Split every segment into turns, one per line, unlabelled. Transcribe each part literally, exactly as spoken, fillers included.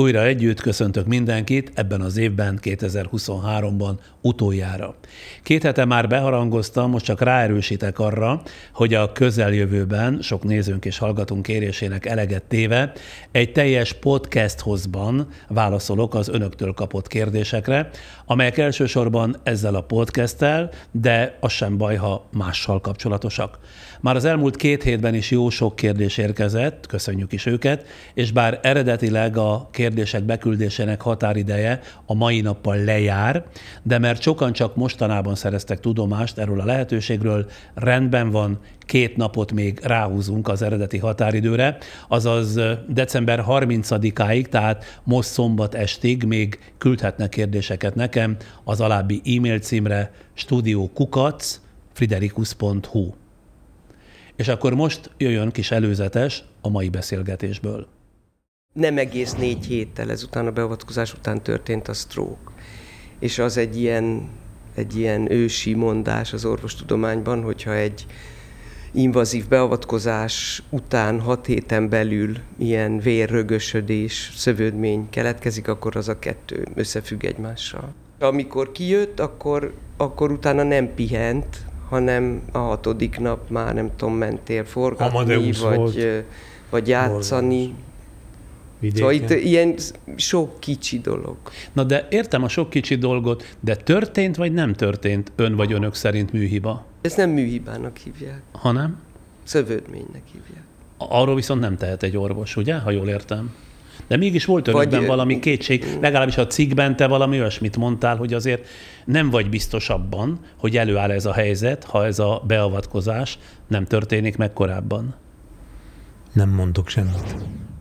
Újra együtt köszöntök mindenkit ebben az évben, kétezer-huszonháromban utoljára. Két hete már beharangoztam, most csak ráerősítek arra, hogy a közeljövőben sok nézőnk és hallgatónk kérésének eleget téve egy teljes podcast hozban válaszolok az önöktől kapott kérdésekre, amelyek elsősorban ezzel a podcasttel, de az sem baj, ha mással kapcsolatosak. Már az elmúlt két hétben is jó sok kérdés érkezett, köszönjük is őket, és bár eredetileg a kérdések beküldésének határideje a mai nappal lejár, de mert sokan csak mostanában szereztek tudomást erről a lehetőségről, rendben van, két napot még ráhúzunk az eredeti határidőre, azaz december harmincadikáig, tehát most szombat estig még küldhetnek kérdéseket nekem az alábbi e-mail címre studiókukac friderikus pont hu. És akkor most jöjjön kis előzetes a mai beszélgetésből.
Nem egész négy héttel ezután, a beavatkozás után történt a stroke. És az egy ilyen, egy ilyen ősi mondás az orvostudományban, hogyha egy invazív beavatkozás után hat héten belül ilyen vérrögösödés, szövődmény keletkezik, akkor az a kettő összefügg egymással. Amikor kijött, akkor, akkor utána nem pihent, hanem a hatodik nap már nem tudom, mentél forgatni, vagy, vagy játszani. Szóval itt ilyen sok kicsi dolog.
Na de értem a sok kicsi dolgot, de történt vagy nem történt ön vagy önök szerint műhiba?
Ezt nem műhibának hívják.
Hanem?
Szövődménynek hívják.
Arról viszont nem tehet egy orvos, ugye? Ha jól értem. De mégis volt önökben vagy, valami kétség, legalábbis a cikkben te valami olyasmit mondtál, hogy azért nem vagy biztos abban, hogy előáll ez a helyzet, ha ez a beavatkozás nem történik meg korábban.
Nem mondok semmit.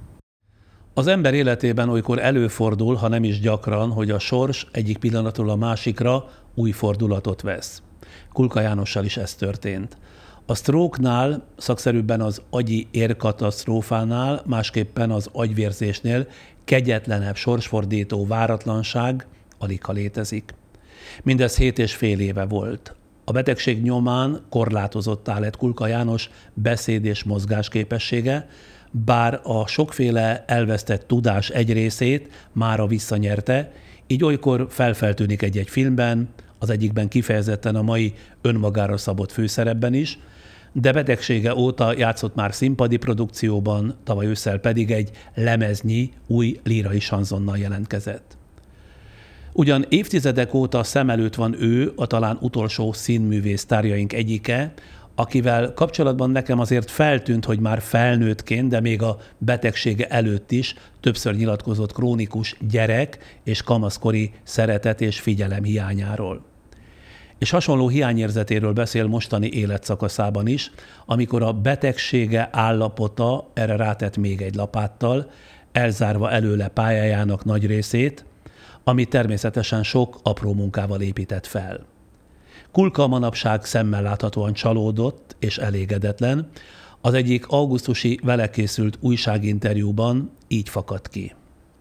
Az ember életében olykor előfordul, ha nem is gyakran, hogy a sors egyik pillanatról a másikra új fordulatot vesz. Kulka Jánossal is ez történt. A stroke-nál, szakszerűbben az agyi érkatasztrófánál, másképpen az agyvérzésnél kegyetlenebb sorsfordító váratlanság aligha létezik. Mindez hét és fél éve volt. A betegség nyomán korlátozottá lett Kulka János beszéd- és mozgásképessége, bár a sokféle elvesztett tudás egy részét mára visszanyerte, így olykor felfeltűnik egy-egy filmben, az egyikben kifejezetten a mai önmagára szabott főszerepben is, de betegsége óta játszott már színpadi produkcióban, tavaly ősszel pedig egy lemeznyi új lírai sanzonnal jelentkezett. Ugyan évtizedek óta szem előtt van ő, a talán utolsó színművész sztárjaink egyike, akivel kapcsolatban nekem azért feltűnt, hogy már felnőttként, de még a betegsége előtt is többször nyilatkozott krónikus gyerek és kamaszkori szeretet és figyelem hiányáról. És hasonló hiányérzetéről beszél mostani életszakaszában is, amikor a betegsége állapota erre rátett még egy lapáttal, elzárva előle pályájának nagy részét, ami természetesen sok apró munkával épített fel. Kulka manapság szemmel láthatóan csalódott és elégedetlen, az egyik augusztusi vele készült újságinterjúban így fakadt ki.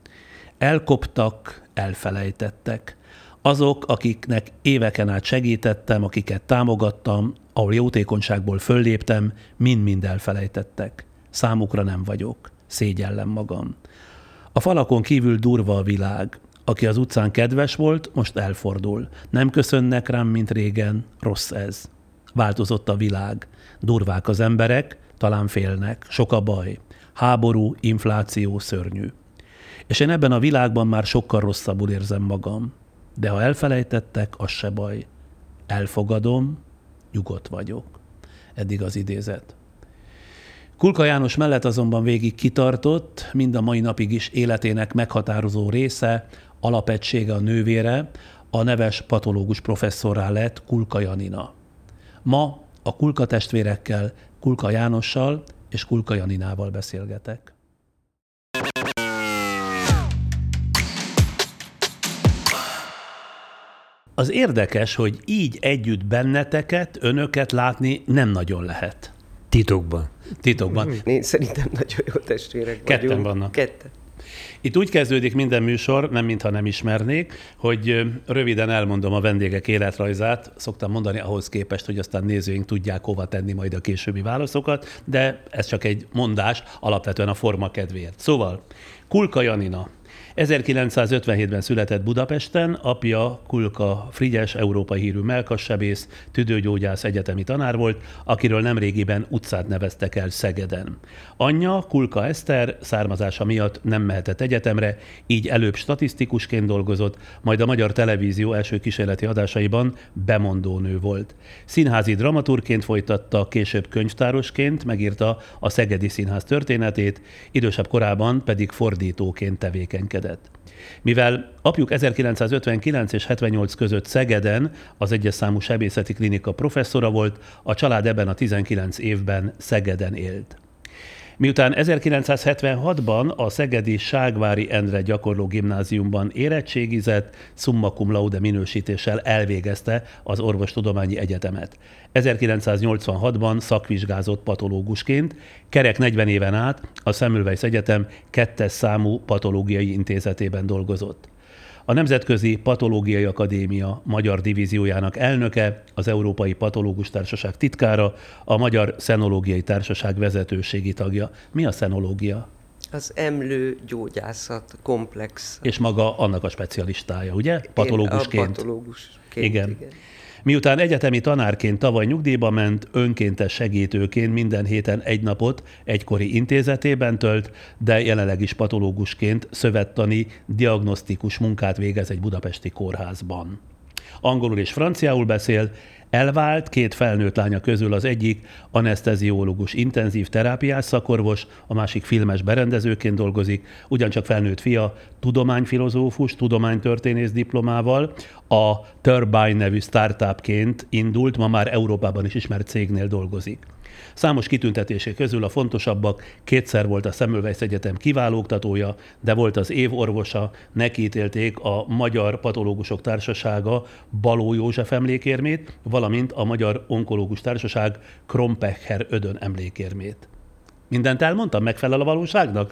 Elkoptak, elfelejtettek. Azok, akiknek éveken át segítettem, akiket támogattam, ahol jótékonyságból fölléptem, mind-mind elfelejtettek. Számukra nem vagyok, szégyellem magam. A falakon kívül durva a világ. Aki az utcán kedves volt, most elfordul. Nem köszönnek rám, mint régen, rossz ez. Változott a világ. Durvák az emberek, talán félnek. Sok a baj. Háború, infláció, szörnyű. És én ebben a világban már sokkal rosszabbul érzem magam. De ha elfelejtettek, az se baj. Elfogadom, nyugodt vagyok. Eddig az idézet. Kulka János mellett azonban végig kitartott, mind a mai napig is életének meghatározó része, alapegysége a nővére, a neves patológus professzorrá lett Kulka Janina. Ma a Kulka testvérekkel, Kulka Jánossal és Kulka Janinával beszélgetek. Az érdekes, hogy így együtt benneteket, önöket látni nem nagyon lehet.
Titokban.
Titokban.
Én szerintem nagyon jó testvérek
Ketten
vagyunk.
vannak.
Ketten.
Itt úgy kezdődik minden műsor, nem mintha nem ismernék, hogy röviden elmondom a vendégek életrajzát. Szoktam mondani ahhoz képest, hogy aztán nézőink tudják hova tenni majd a későbbi válaszokat, de ez csak egy mondás, alapvetően a forma kedvéért. Szóval Kulka Janina. ezerkilencszázötvenhétben született Budapesten, apja Kulka Frigyes, európai hírű mellkassebész, tüdőgyógyász, egyetemi tanár volt, akiről nemrégiben utcát neveztek el Szegeden. Anyja, Kulka Eszter származása miatt nem mehetett egyetemre, így előbb statisztikusként dolgozott, majd a Magyar Televízió első kísérleti adásaiban bemondónő volt. Színházi dramaturgként folytatta, később könyvtárosként megírta a Szegedi Színház történetét, idősebb korában pedig fordítóként tevékenykedett. Mivel apjuk ezerkilencszázötvenkilenc és hetvennyolc között Szegeden az egyes számú sebészeti klinika professzora volt, a család ebben a tizenkilenc évben Szegeden élt. Miután ezerkilencszázhetvenhatban a szegedi Ságvári Endre Gyakorló Gimnáziumban érettségizett, summa cum laude minősítéssel elvégezte az Orvostudományi Egyetemet. ezerkilencszáznyolcvanhatban szakvizsgázott patológusként, kerek negyven éven át a Semmelweis Egyetem kettes számú patológiai intézetében dolgozott. A Nemzetközi Patológiai Akadémia magyar divíziójának elnöke, az Európai Patológus Társaság titkára, a Magyar Szenológiai Társaság vezetőségi tagja. Mi a szenológia?
Az emlő gyógyászat, komplex.
És maga annak a specialistája, ugye? Patológusként.
Én a patológusként,
igen.
igen.
Miután egyetemi tanárként tavaly nyugdíjba ment, önkéntes segítőként minden héten egy napot egykori intézetében tölt, de jelenleg is patológusként szövettani diagnosztikus munkát végez egy budapesti kórházban. Angolul és franciául beszél, elvált két felnőtt lánya közül az egyik aneszteziológus, intenzív terápiás szakorvos, a másik filmes berendezőként dolgozik, ugyancsak felnőtt fia tudományfilozófus, tudománytörténész diplomával, a Turbine nevű startupként indult, ma már Európában is ismert cégnél dolgozik. Számos kitüntetésé közül a fontosabbak: kétszer volt a Semmelweis Egyetem kiváló oktatója, de volt az év orvosa, neki ítélték a Magyar Patológusok Társasága Baló József emlékérmét, valamint a Magyar Onkológus Társaság Krompecher Ödön emlékérmét. Mindent elmondtam, megfelel a valóságnak?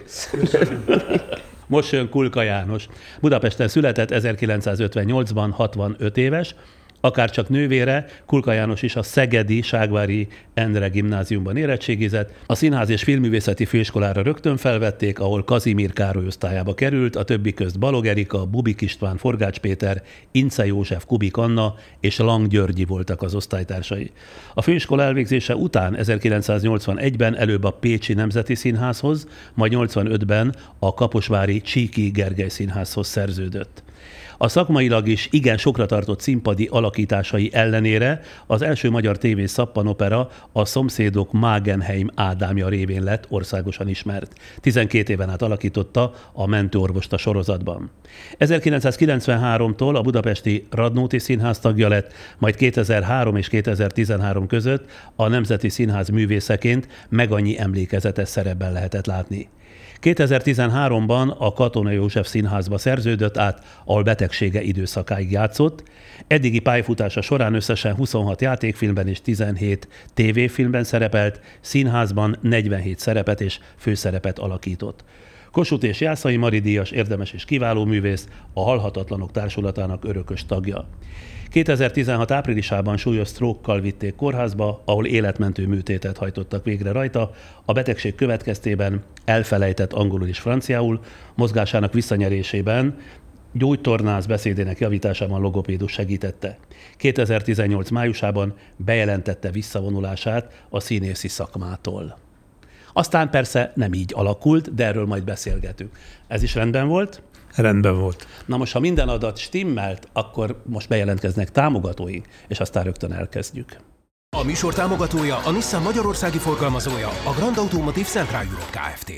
Most jön Kulka János. Budapesten született ezerkilencszázötvennyolcban, hatvanöt éves, akárcsak nővére, Kulka János is a szegedi Ságvári Endre Gimnáziumban érettségizett. A Színház és Filmművészeti Főiskolára rögtön felvették, ahol Kazimír Károly osztályába került, a többi közt Balog Erika, Bubik István, Forgács Péter, Ince József, Kubik Anna és Lang Györgyi voltak az osztálytársai. A főiskola elvégzése után ezerkilencszáznyolcvanegyben előbb a Pécsi Nemzeti Színházhoz, majd nyolcvanötben a kaposvári Csíky Gergely Színházhoz szerződött. A szakmailag is igen sokra tartott színpadi alakításai ellenére az első magyar tévés szappanopera a Szomszédok Magenheim Ádámja révén lett országosan ismert. tizenkét éven át alakította a Mentőorvost a sorozatban. ezerkilencszázkilencvenháromtól a budapesti Radnóti Színház tagja lett, majd kétezer-három és kétezer-tizenhárom között a Nemzeti Színház művészeként meg annyi emlékezetes szerepben lehetett látni. kétezer-tizenháromban a Katona József Színházba szerződött át, ahol betegsége időszakáig játszott. Eddigi pályafutása során összesen huszonhat játékfilmben és tizenhét tévéfilmben szerepelt, színházban negyvenhét szerepet és főszerepet alakított. Kossuth és Jászai Mari díjas érdemes és kiváló művész, a Halhatatlanok Társulatának örökös tagja. kétezer-tizenhat áprilisában súlyos sztrókkal vitték kórházba, ahol életmentő műtétet hajtottak végre rajta. A betegség következtében elfelejtett angolul és franciául, mozgásának visszanyerésében gyógytornász, beszédének javításában logopédus segítette. kétezer-tizennyolc májusában bejelentette visszavonulását a színészi szakmától. Aztán persze nem így alakult, de erről majd beszélgetünk. Ez is rendben volt?
Rendben volt.
Na most, ha minden adat stimmelt, akkor most bejelentkeznek támogatóink, és aztán rögtön elkezdjük.
A műsor támogatója, a Nissan magyarországi forgalmazója, a Grand Automotive Central Europe Kft.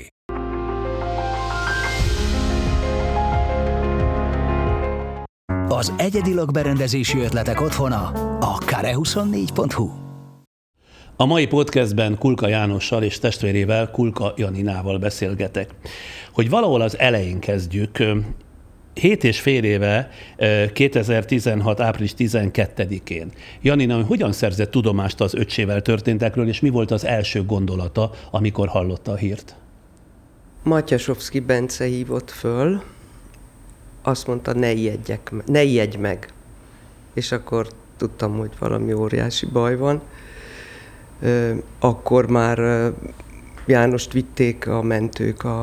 Az egyedi lakberendezési ötletek otthona a kare huszonnégy pont hu.
A mai podcastben Kulka Jánossal és testvérével, Kulka Janinával beszélgetek. Hogy valahol az elején kezdjük, hét és fél éve, kétezer-tizenhat április tizenkettedikén Janina hogyan szerzett tudomást az öccsével történtekről, és mi volt az első gondolata, amikor hallotta a hírt?
Matyasovszki Bence hívott föl, azt mondta, ne ijedjek, ne ijedj meg. És akkor tudtam, hogy valami óriási baj van. Akkor már Jánost vitték a mentők a,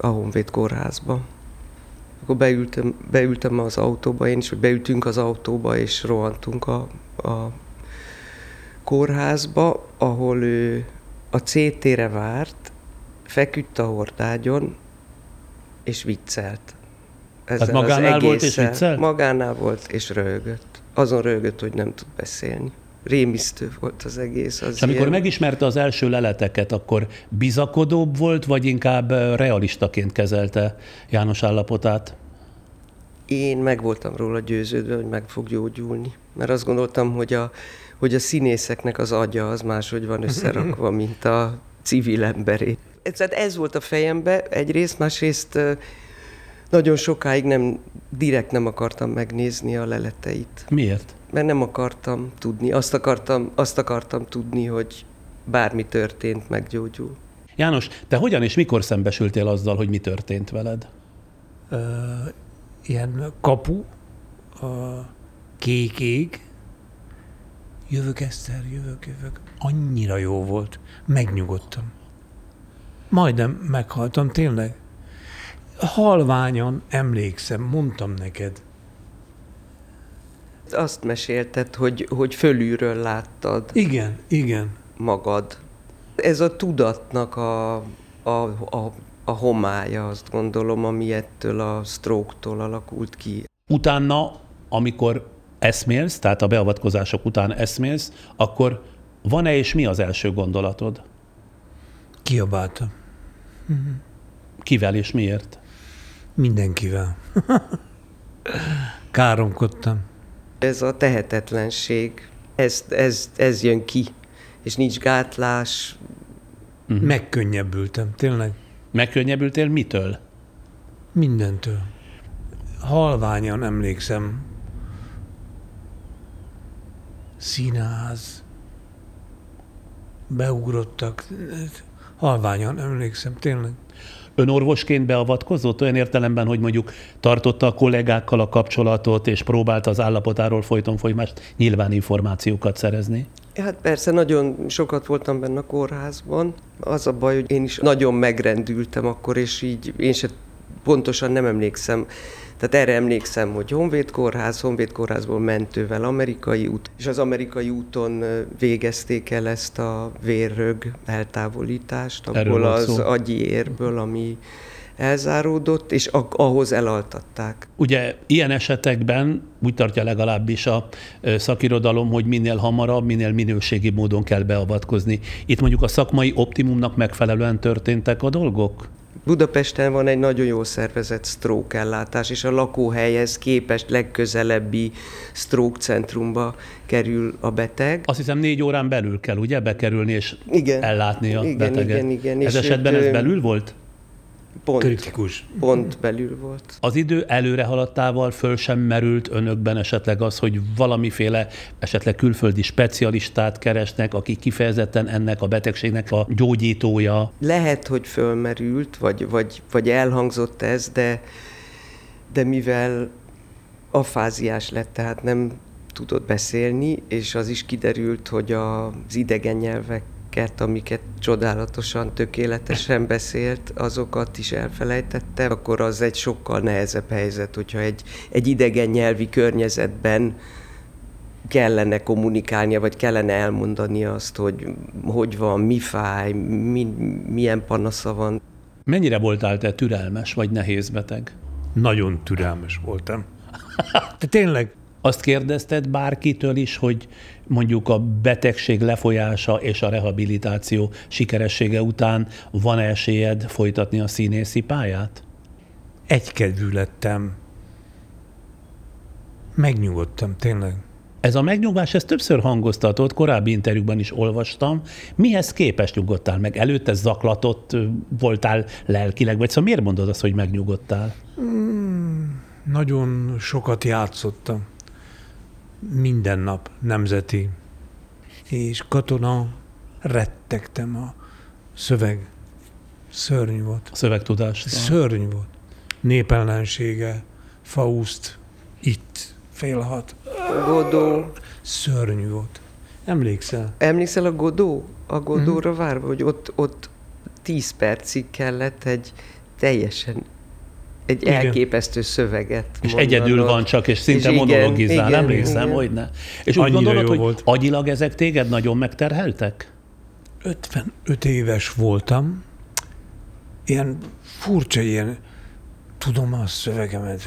a Honvéd kórházba. Akkor beültem, beültem az autóba, én is, hogy beültünk az autóba, és rohantunk a, a kórházba, ahol ő a cé té-re várt, feküdt a hordágyon, és viccelt.
Tehát magánál volt és viccelt?
Magánál volt és röhögött. Azon röhögött, hogy nem tud beszélni. Rémisztő volt az egész. Az
és amikor
ilyen...
megismerte az első leleteket, akkor bizakodóbb volt, vagy inkább realistaként kezelte János állapotát?
Én meg voltam róla győződve, hogy meg fog gyógyulni. Mert azt gondoltam, hogy a, hogy a színészeknek az agya az máshogy van összerakva, mint a civil emberé. Ez, ez volt a fejembe egyrészt, másrészt nagyon sokáig nem, direkt nem akartam megnézni a leleteit.
Miért?
Mert nem akartam tudni. Azt akartam, azt akartam tudni, hogy bármi történt, meggyógyul.
János, te hogyan és mikor szembesültél azzal, hogy mi történt veled?
Ö, ilyen kapu, a kék ég, jövök Eszter, jövök, jövök. Annyira jó volt, megnyugodtam. Majdnem meghaltam, tényleg. Halványan emlékszem, mondtam neked.
Azt mesélted, hogy, hogy fölülről láttad.
Igen, igen.
Magad. Ez a tudatnak a, a, a, a homályja, azt gondolom, ami ettől a stroke-tól alakult ki.
Utána, amikor eszmélsz, tehát a beavatkozások után eszmélsz, akkor van-e és mi az első gondolatod?
Kiabáltam.
Kivel és miért?
Mindenkivel. Káromkodtam.
Ez a tehetetlenség, ez, ez, ez jön ki, és nincs gátlás.
Uh-huh. Megkönnyebbültem, tényleg.
Megkönnyebbültél mitől?
Mindentől. Halványan emlékszem. Színház. Beugrottak. Halványan emlékszem, tényleg.
Ön orvosként beavatkozott olyan értelemben, hogy mondjuk tartotta a kollégákkal a kapcsolatot, és próbálta az állapotáról folyton folymást nyilván információkat szerezni?
Hát persze, nagyon sokat voltam benne a kórházban. Az a baj, hogy én is nagyon megrendültem akkor, és így én sem pontosan nem emlékszem. Tehát erre emlékszem, hogy Honvéd kórház, Honvéd kórházból mentővel amerikai út, és az amerikai úton végezték el ezt a vérrög eltávolítást, abból az szó. Agyi érből, ami elzáródott, és ahhoz elaltatták.
Ugye ilyen esetekben úgy tartja legalábbis a szakirodalom, hogy minél hamarabb, minél minőségi módon kell beavatkozni. Itt mondjuk a szakmai optimumnak megfelelően történtek a dolgok?
Budapesten van egy nagyon jól szervezett stroke ellátás, és a lakóhelyhez képest legközelebbi stroke centrumba kerül a beteg.
Azt hiszem négy órán belül kell ugye bekerülni és
igen,
ellátni a
igen,
beteget.
Igen, igen.
Ez
és
esetben ez belül volt?
Pont,
kritikus.
Pont belül volt.
Az idő előre haladtával föl sem merült önökben esetleg az, hogy valamiféle esetleg külföldi specialistát keresnek, aki kifejezetten ennek a betegségnek a gyógyítója?
Lehet, hogy fölmerült, vagy, vagy, vagy elhangzott ez, de, de mivel afáziás lett, tehát nem tudott beszélni, és az is kiderült, hogy az idegen nyelvek, amiket csodálatosan, tökéletesen beszélt, azokat is elfelejtette, akkor az egy sokkal nehezebb helyzet, hogyha egy, egy idegen nyelvi környezetben kellene kommunikálnia, vagy kellene elmondani azt, hogy hogy van, mi fáj, mi, milyen panasza van.
Mennyire voltál te türelmes, vagy nehéz beteg?
Nagyon türelmes voltam. De tényleg.
Azt kérdezted bárkitől is, hogy mondjuk a betegség lefolyása és a rehabilitáció sikeressége után van-e esélyed folytatni a színészi pályát?
Egykedvű lettem. Megnyugodtam, tényleg.
Ez a megnyugvás, ezt többször hangoztatott, korábbi interjúkban is olvastam. Mihez képest nyugodtál meg? Előtte zaklatott voltál lelkileg, vagy szóval miért mondod azt, hogy megnyugodtál?
Mm, nagyon sokat játszottam. Minden nap nemzeti. És katona, rettegtem a szöveg. Szörnyű volt.
A szövegtudás.
Szörnyű volt. Népellensége, Faust, itt, fél hat.
Godó.
Szörnyű volt. Emlékszel?
Emlékszel a Godó? A Godóra mm-hmm. várva, hogy ott, ott tíz percig kellett egy teljesen egy
Igen.
elképesztő szöveget
És
mondanod.
egyedül van csak, és szinte
És igen,
monologizál,
igen,
emlékszem,
igen.
hogyne. És úgy
Annyira
gondolod,
jó
hogy
volt.
agyilag ezek téged nagyon megterheltek?
ötvenöt éves voltam, ilyen furcsa, ilyen tudom a szövegemet.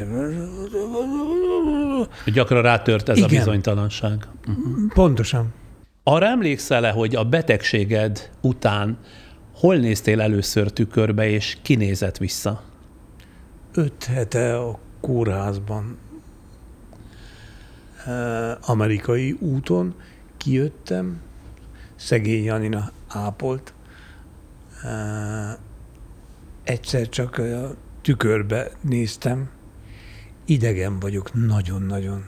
Gyakran rátört ez
Igen.
a bizonytalanság.
Pontosan.
Arra emlékszel-e, hogy a betegséged után hol néztél először tükörbe, és kinézett vissza?
Öt hete a kórházban, eh, amerikai úton kijöttem, szegény Janina ápolt. Eh, egyszer csak a tükörbe néztem, idegen vagyok, nagyon-nagyon.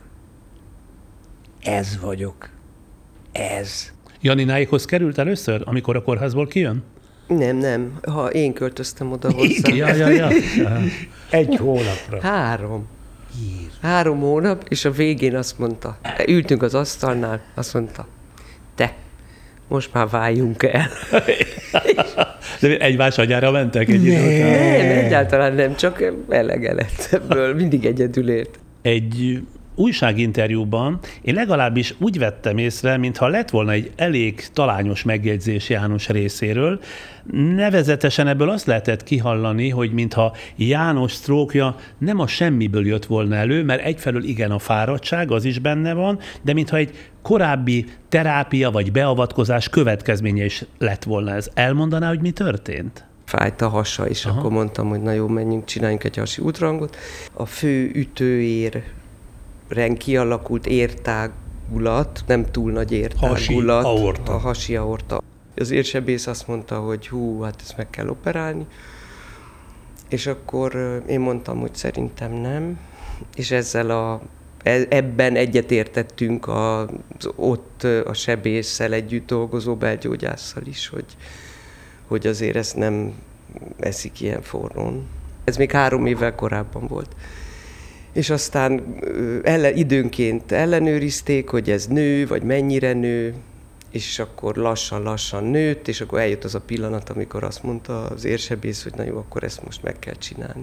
Ez vagyok. Ez.
Janináikhoz került először, amikor a kórházból kijön?
Nem, nem. Ha én költöztem oda hozzá.
Ja, ja, ja.
Egy hónapra.
Három. Három hónap, és a végén azt mondta, ültünk az asztalnál, azt mondta, te, most már váljunk el.
De egymás agyára mentek egy idő után.
Nem, egyáltalán nem, csak elege lett ebből, mindig egyedül ért.
Egy újságinterjúban én legalábbis úgy vettem észre, mintha lett volna egy elég talányos megjegyzés János részéről. Nevezetesen ebből azt lehetett kihallani, hogy mintha János sztrókja nem a semmiből jött volna elő, mert egyfelől igen a fáradtság, az is benne van, de mintha egy korábbi terápia vagy beavatkozás következménye is lett volna ez. Elmondaná, hogy mi történt?
Fájt a hasa, és
Aha.
akkor mondtam, hogy na jó, menjünk, csináljunk egy hasi útrangot. A fő ütőér kialakult értágulat, nem túl nagy értágulat.
Hasi aorta.
A hasi aorta. Az érsebész azt mondta, hogy hú, hát ezt meg kell operálni. És akkor én mondtam, hogy szerintem nem. És ezzel a, ebben egyetértettünk az ott a sebésszel együtt dolgozó belgyógyásszal is, hogy, hogy azért ezt nem eszik ilyen forrón. Ez még három évvel korábban volt. És aztán ellen, időnként ellenőrizték, hogy ez nő, vagy mennyire nő, és akkor lassan-lassan nőtt, és akkor eljött az a pillanat, amikor azt mondta az érsebész, hogy na jó, akkor ezt most meg kell csinálni.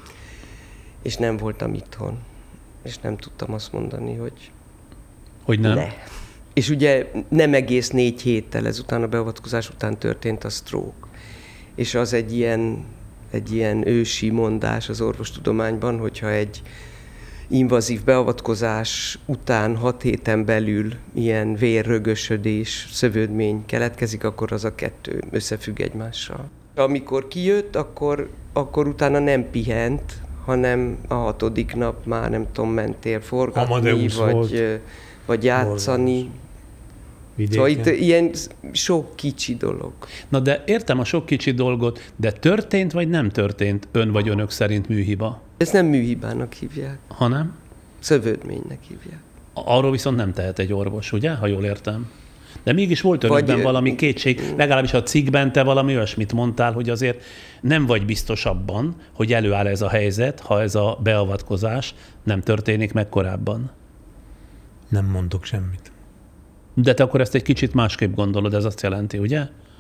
És nem voltam itthon, és nem tudtam azt mondani, hogy
Hogy nem?
ne. És ugye nem egész négy héttel ezután, a beavatkozás után történt a stroke. És az egy ilyen, egy ilyen ősi mondás az orvostudományban, hogyha egy invazív beavatkozás után hat héten belül ilyen vérrögösödés, szövődmény keletkezik, akkor az a kettő összefügg egymással. Amikor kijött, akkor, akkor utána nem pihent, hanem a hatodik nap már nem tudom, mentél forgatni,
Amadeus
vagy,
volt.
vagy játszani. Szóval itt ilyen sok kicsi dolog.
Na de értem a sok kicsi dolgot, de történt vagy nem történt ön vagy önök szerint műhiba?
Ezt nem műhibának hívják,
Hanem?
szövődménynek hívják.
Arról viszont nem tehet egy orvos, ugye? Ha jól értem. De mégis volt önökben
Vagy-
valami kétség, legalábbis a cikkben te valami olyasmit mondtál, hogy azért nem vagy biztos abban, hogy előáll ez a helyzet, ha ez a beavatkozás nem történik meg korábban.
Nem mondok semmit.
De te akkor ezt egy kicsit másképp gondolod, ez azt jelenti, ugye?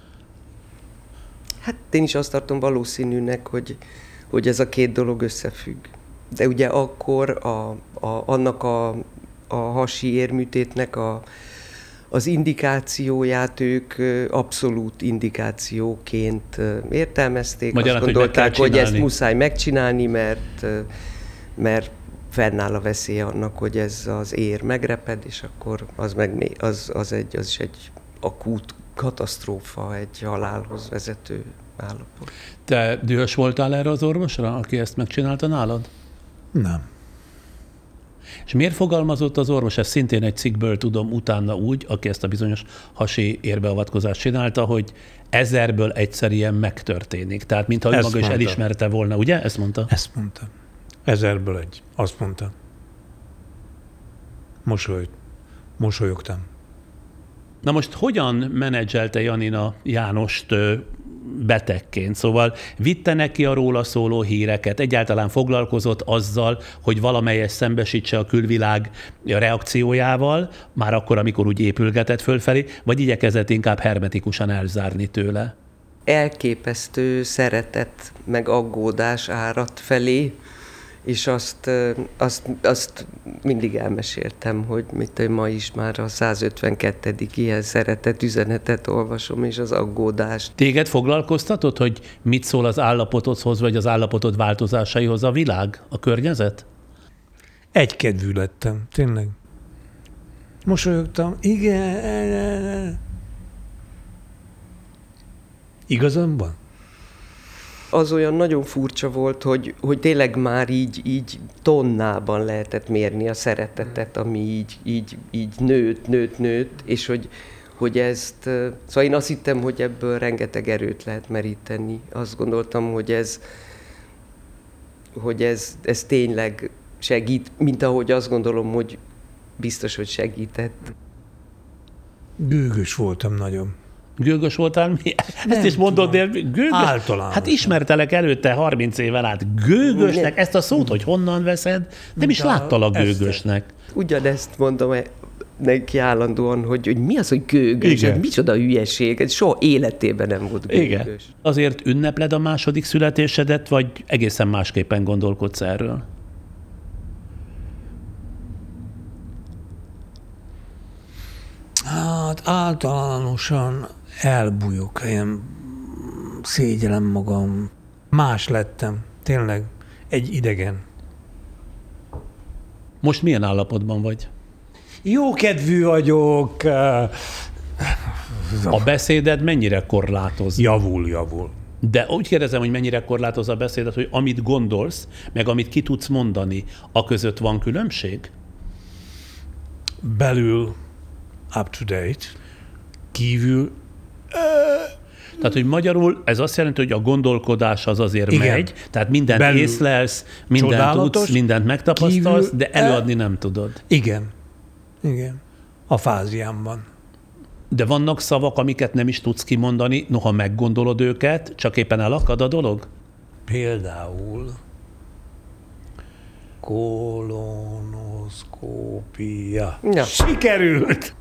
Hát én is azt tartom valószínűnek, hogy, hogy ez a két dolog összefügg. De ugye akkor a, a, annak a, a hasi érműtétnek a, az indikációját ők ö, abszolút indikációként ö, értelmezték.
Magyarán,
azt
hogy meg kell
gondolták, hogy, ezt
csinálni.
muszáj megcsinálni, mert, ö, mert fennáll a veszélye annak, hogy ez az ér megreped, és akkor az, meg, még- az, az, egy, az is egy akút katasztrófa, egy halálhoz vezető állapot.
Te dühös voltál erre az orvosra, aki ezt megcsinálta nálad?
Nem.
És miért fogalmazott az orvos, ezt szintén egy cikkből tudom utána úgy, aki ezt a bizonyos hasi érbeavatkozást csinálta, hogy ezerből egyszer ilyen megtörténik. Tehát mintha ő
Ezt
maga is
mondta.
elismerte volna, ugye? Ezt mondta?
Ezt mondta. Ezerből egy. Azt mondta. Mosolyt. Mosolyogtam.
Na most hogyan menedzselte Janina Jánost ö, betegként? Szóval vitte neki a róla szóló híreket, egyáltalán foglalkozott azzal, hogy valamelyes szembesítse a külvilág reakciójával, már akkor, amikor úgy épülgetett fölfelé, vagy igyekezett inkább hermetikusan elzárni tőle?
elképesztő szeretet meg aggódás áradt felé, és azt, azt, azt mindig elmeséltem, hogy mit ma is már a százötvenkettedik ilyen szeretet üzenetet olvasom, és az aggódást.
Téged foglalkoztatod, hogy mit szól az állapotodhoz, vagy az állapotod változásaihoz a világ, a környezet?
Egykedvű lettem, tényleg. Mosolyogtam, igen. Igazam van?
Az olyan nagyon furcsa volt, hogy, hogy tényleg már így, így tonnában lehetett mérni a szeretetet, ami így, így, így nőtt, nőtt, nőtt, és hogy, hogy ezt... Szóval én azt hittem, hogy ebből rengeteg erőt lehet meríteni. Azt gondoltam, hogy ez, hogy ez, ez tényleg segít, mint ahogy azt gondolom, hogy biztos, hogy segített.
Gőgös voltam nagyon.
Gőgös voltál? Mi? Ezt
Nem
is mondod, de
tudom.
gőgös?
Általánosan.
Hát ismertelek előtte harminc éven át. Gőgösnek? Ezt a szót, hogy honnan veszed? Nem
Mint
is
a
láttalak
Eszter.
gőgösnek.
Ugyanezt mondom neki állandóan, hogy, hogy mi az, hogy gőgös,
Igen.
hát micsoda hülyeség, ez soha életében nem volt gőgös.
Igen. Azért ünnepled a második születésedet, vagy egészen másképpen gondolkodsz erről?
Hát általánosan elbújok, ilyen szégyellem magam. Más lettem, tényleg, egy idegen.
Most milyen állapotban vagy?
Jókedvű vagyok.
A beszéded mennyire korlátoz?
Javul, javul.
De úgy kérdezem, hogy mennyire korlátoz a beszédet, hogy amit gondolsz, meg amit ki tudsz mondani, a között van különbség?
Belül up to date, kívül
Tehát, hogy magyarul ez azt jelenti, hogy a gondolkodás az azért
Igen.
megy, tehát mindent
Belül
észlelsz, mindent
csodálatos,
tudsz, mindent megtapasztalsz,
kívül-
de előadni nem tudod.
igen, igen, a fáziámban.
De vannak szavak, amiket nem is tudsz kimondani, noha meggondolod őket, csak éppen elakad a dolog?
Például kolonoszkópia.
Ja.
Sikerült!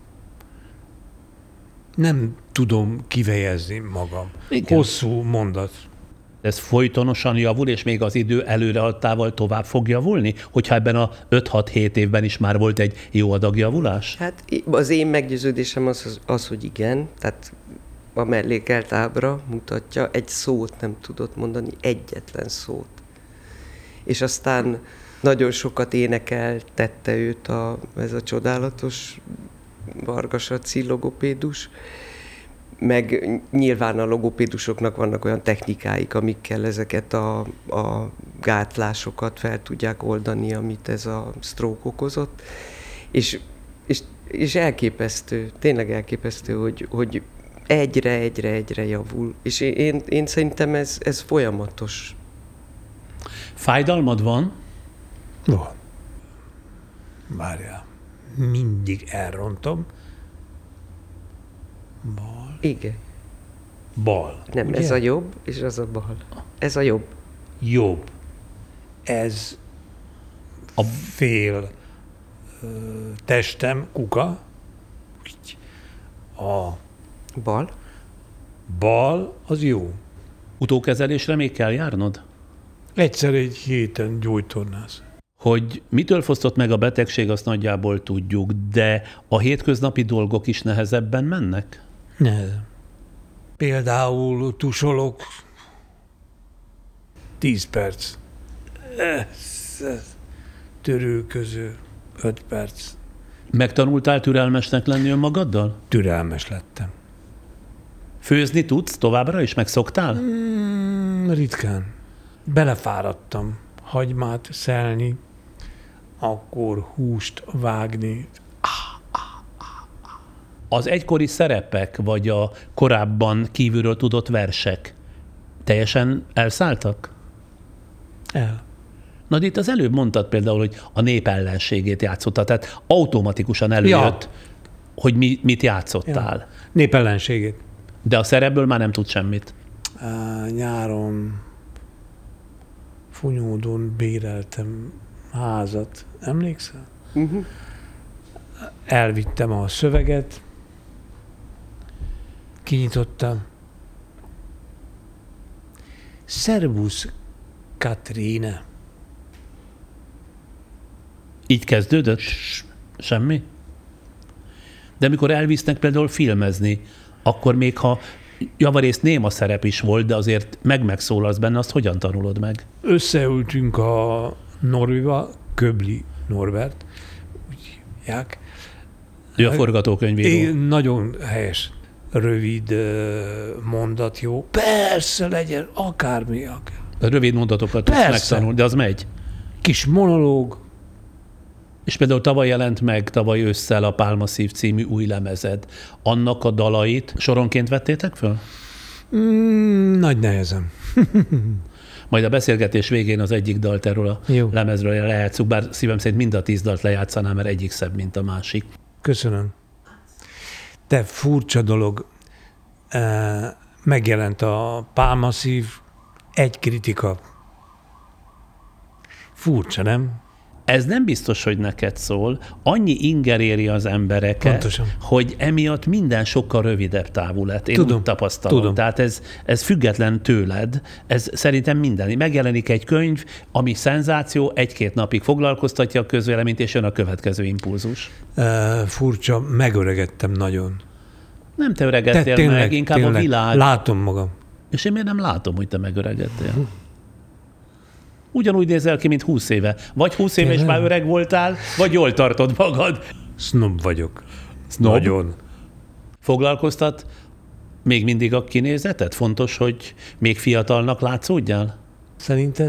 Nem tudom kifejezni magam.
Igen.
Hosszú mondat.
Ez folytonosan javul, és még az idő előreadtával tovább fog javulni? Hogyha ebben a öt-hat-hét évben is már volt egy jó adag javulás?
Hát az én meggyőződésem az, az, az, hogy igen, tehát a mellékelt ábra mutatja, egy szót nem tudott mondani, egyetlen szót. És aztán nagyon sokat énekeltette őt a, ez a csodálatos Vargas Laci logopédus, meg nyilván a logopédusoknak vannak olyan technikáik, amikkel ezeket a, a gátlásokat fel tudják oldani, amit ez a stroke okozott. És, és, és elképesztő, tényleg elképesztő, hogy, hogy egyre, egyre, egyre javul. És én, én szerintem ez, ez folyamatos.
Fájdalmad van?
Van. Várjál. Mindig elrontom. Bal.
Igen.
Bal.
Nem,
ugye?
ez a jobb, és az a bal. Ez a jobb.
Jobb. Ez a fél ö, testem, kuka. A
Bal.
bal az jó.
Utókezelésre még kell járnod?
Egyszer egy héten gyógytornász.
Hogy mitől fosztott meg a betegség, azt nagyjából tudjuk, de a hétköznapi dolgok is nehezebben mennek?
Nehezem. Például tusolok tíz perc. Ez, ez. Törőköző öt perc.
Megtanultál türelmesnek lenni önmagaddal?
Türelmes lettem.
Főzni tudsz továbbra is? Megszoktál?
Mm, ritkán. Belefáradtam hagymát szelni, akkor húst vágni.
Az egykori szerepek, vagy a korábban kívülről tudott versek teljesen elszálltak?
El.
Na, de itt az előbb mondtad például, hogy a nép ellenségét játszottál, tehát automatikusan előjött,
Ja.
hogy mi, mit játszottál.
Ja. Népellenségét.
De a szerepből már nem tud semmit.
Á, nyáron Funyódon béreltem házat. Emlékszel?
Uh-huh.
Elvittem a szöveget, kinyitottam, Servus, Katrine.
Így kezdődött? Semmi? De amikor elvisznek például filmezni, akkor még ha javarészt néma szerep is volt, de azért meg-megszólalsz benne, azt hogyan tanulod meg?
Összeültünk a Norviba, Köbli Norbert, úgy hívják.
Ő a forgatókönyvíró.
Igen, nagyon helyes, rövid ö, mondat, jó. Persze legyen, akármi, akár.
Rövid mondatokat tudsz
Persze.
megtanulni, de az megy.
Kis monológ.
És például tavaly jelent meg, tavaly ősszel a Pálmaszív című új lemezed. Annak a dalait soronként vettétek föl?
Mm, nagy nehezem.
Majd a beszélgetés végén az egyik dalt erről a
Jó.
lemezről lejátszuk, bár szívem szerint mind a tíz dalt lejátszanám, mert egyik szebb, mint a másik.
Köszönöm. De furcsa dolog. Megjelent a Pálmaszív, egy kritika. Furcsa, nem?
Ez nem biztos, hogy neked szól. Annyi inger éri az embereket,
Pontosan.
hogy emiatt minden sokkal rövidebb távú lett. Én
Tudom,
úgy tapasztalom.
tudom.
Tehát ez, ez független tőled. Ez szerintem minden. Megjelenik egy könyv, ami szenzáció, egy-két napig foglalkoztatja a közvéleményt, és jön a következő impulzus.
Uh, furcsa, megöregedtem nagyon.
Nem te öregedtél meg, inkább
tényleg.
a világ.
Látom magam.
És én miért nem látom, hogy te megöregedtél? Ugyanúgy nézel ki, mint húsz éve. Vagy húsz éve, és
Tényleg?
már öreg voltál, vagy jól tartod magad.
Snob vagyok.
Snob?
Nagyon.
Foglalkoztat még mindig a kinézeted? Fontos, hogy még fiatalnak látszódjál?
Szerinted?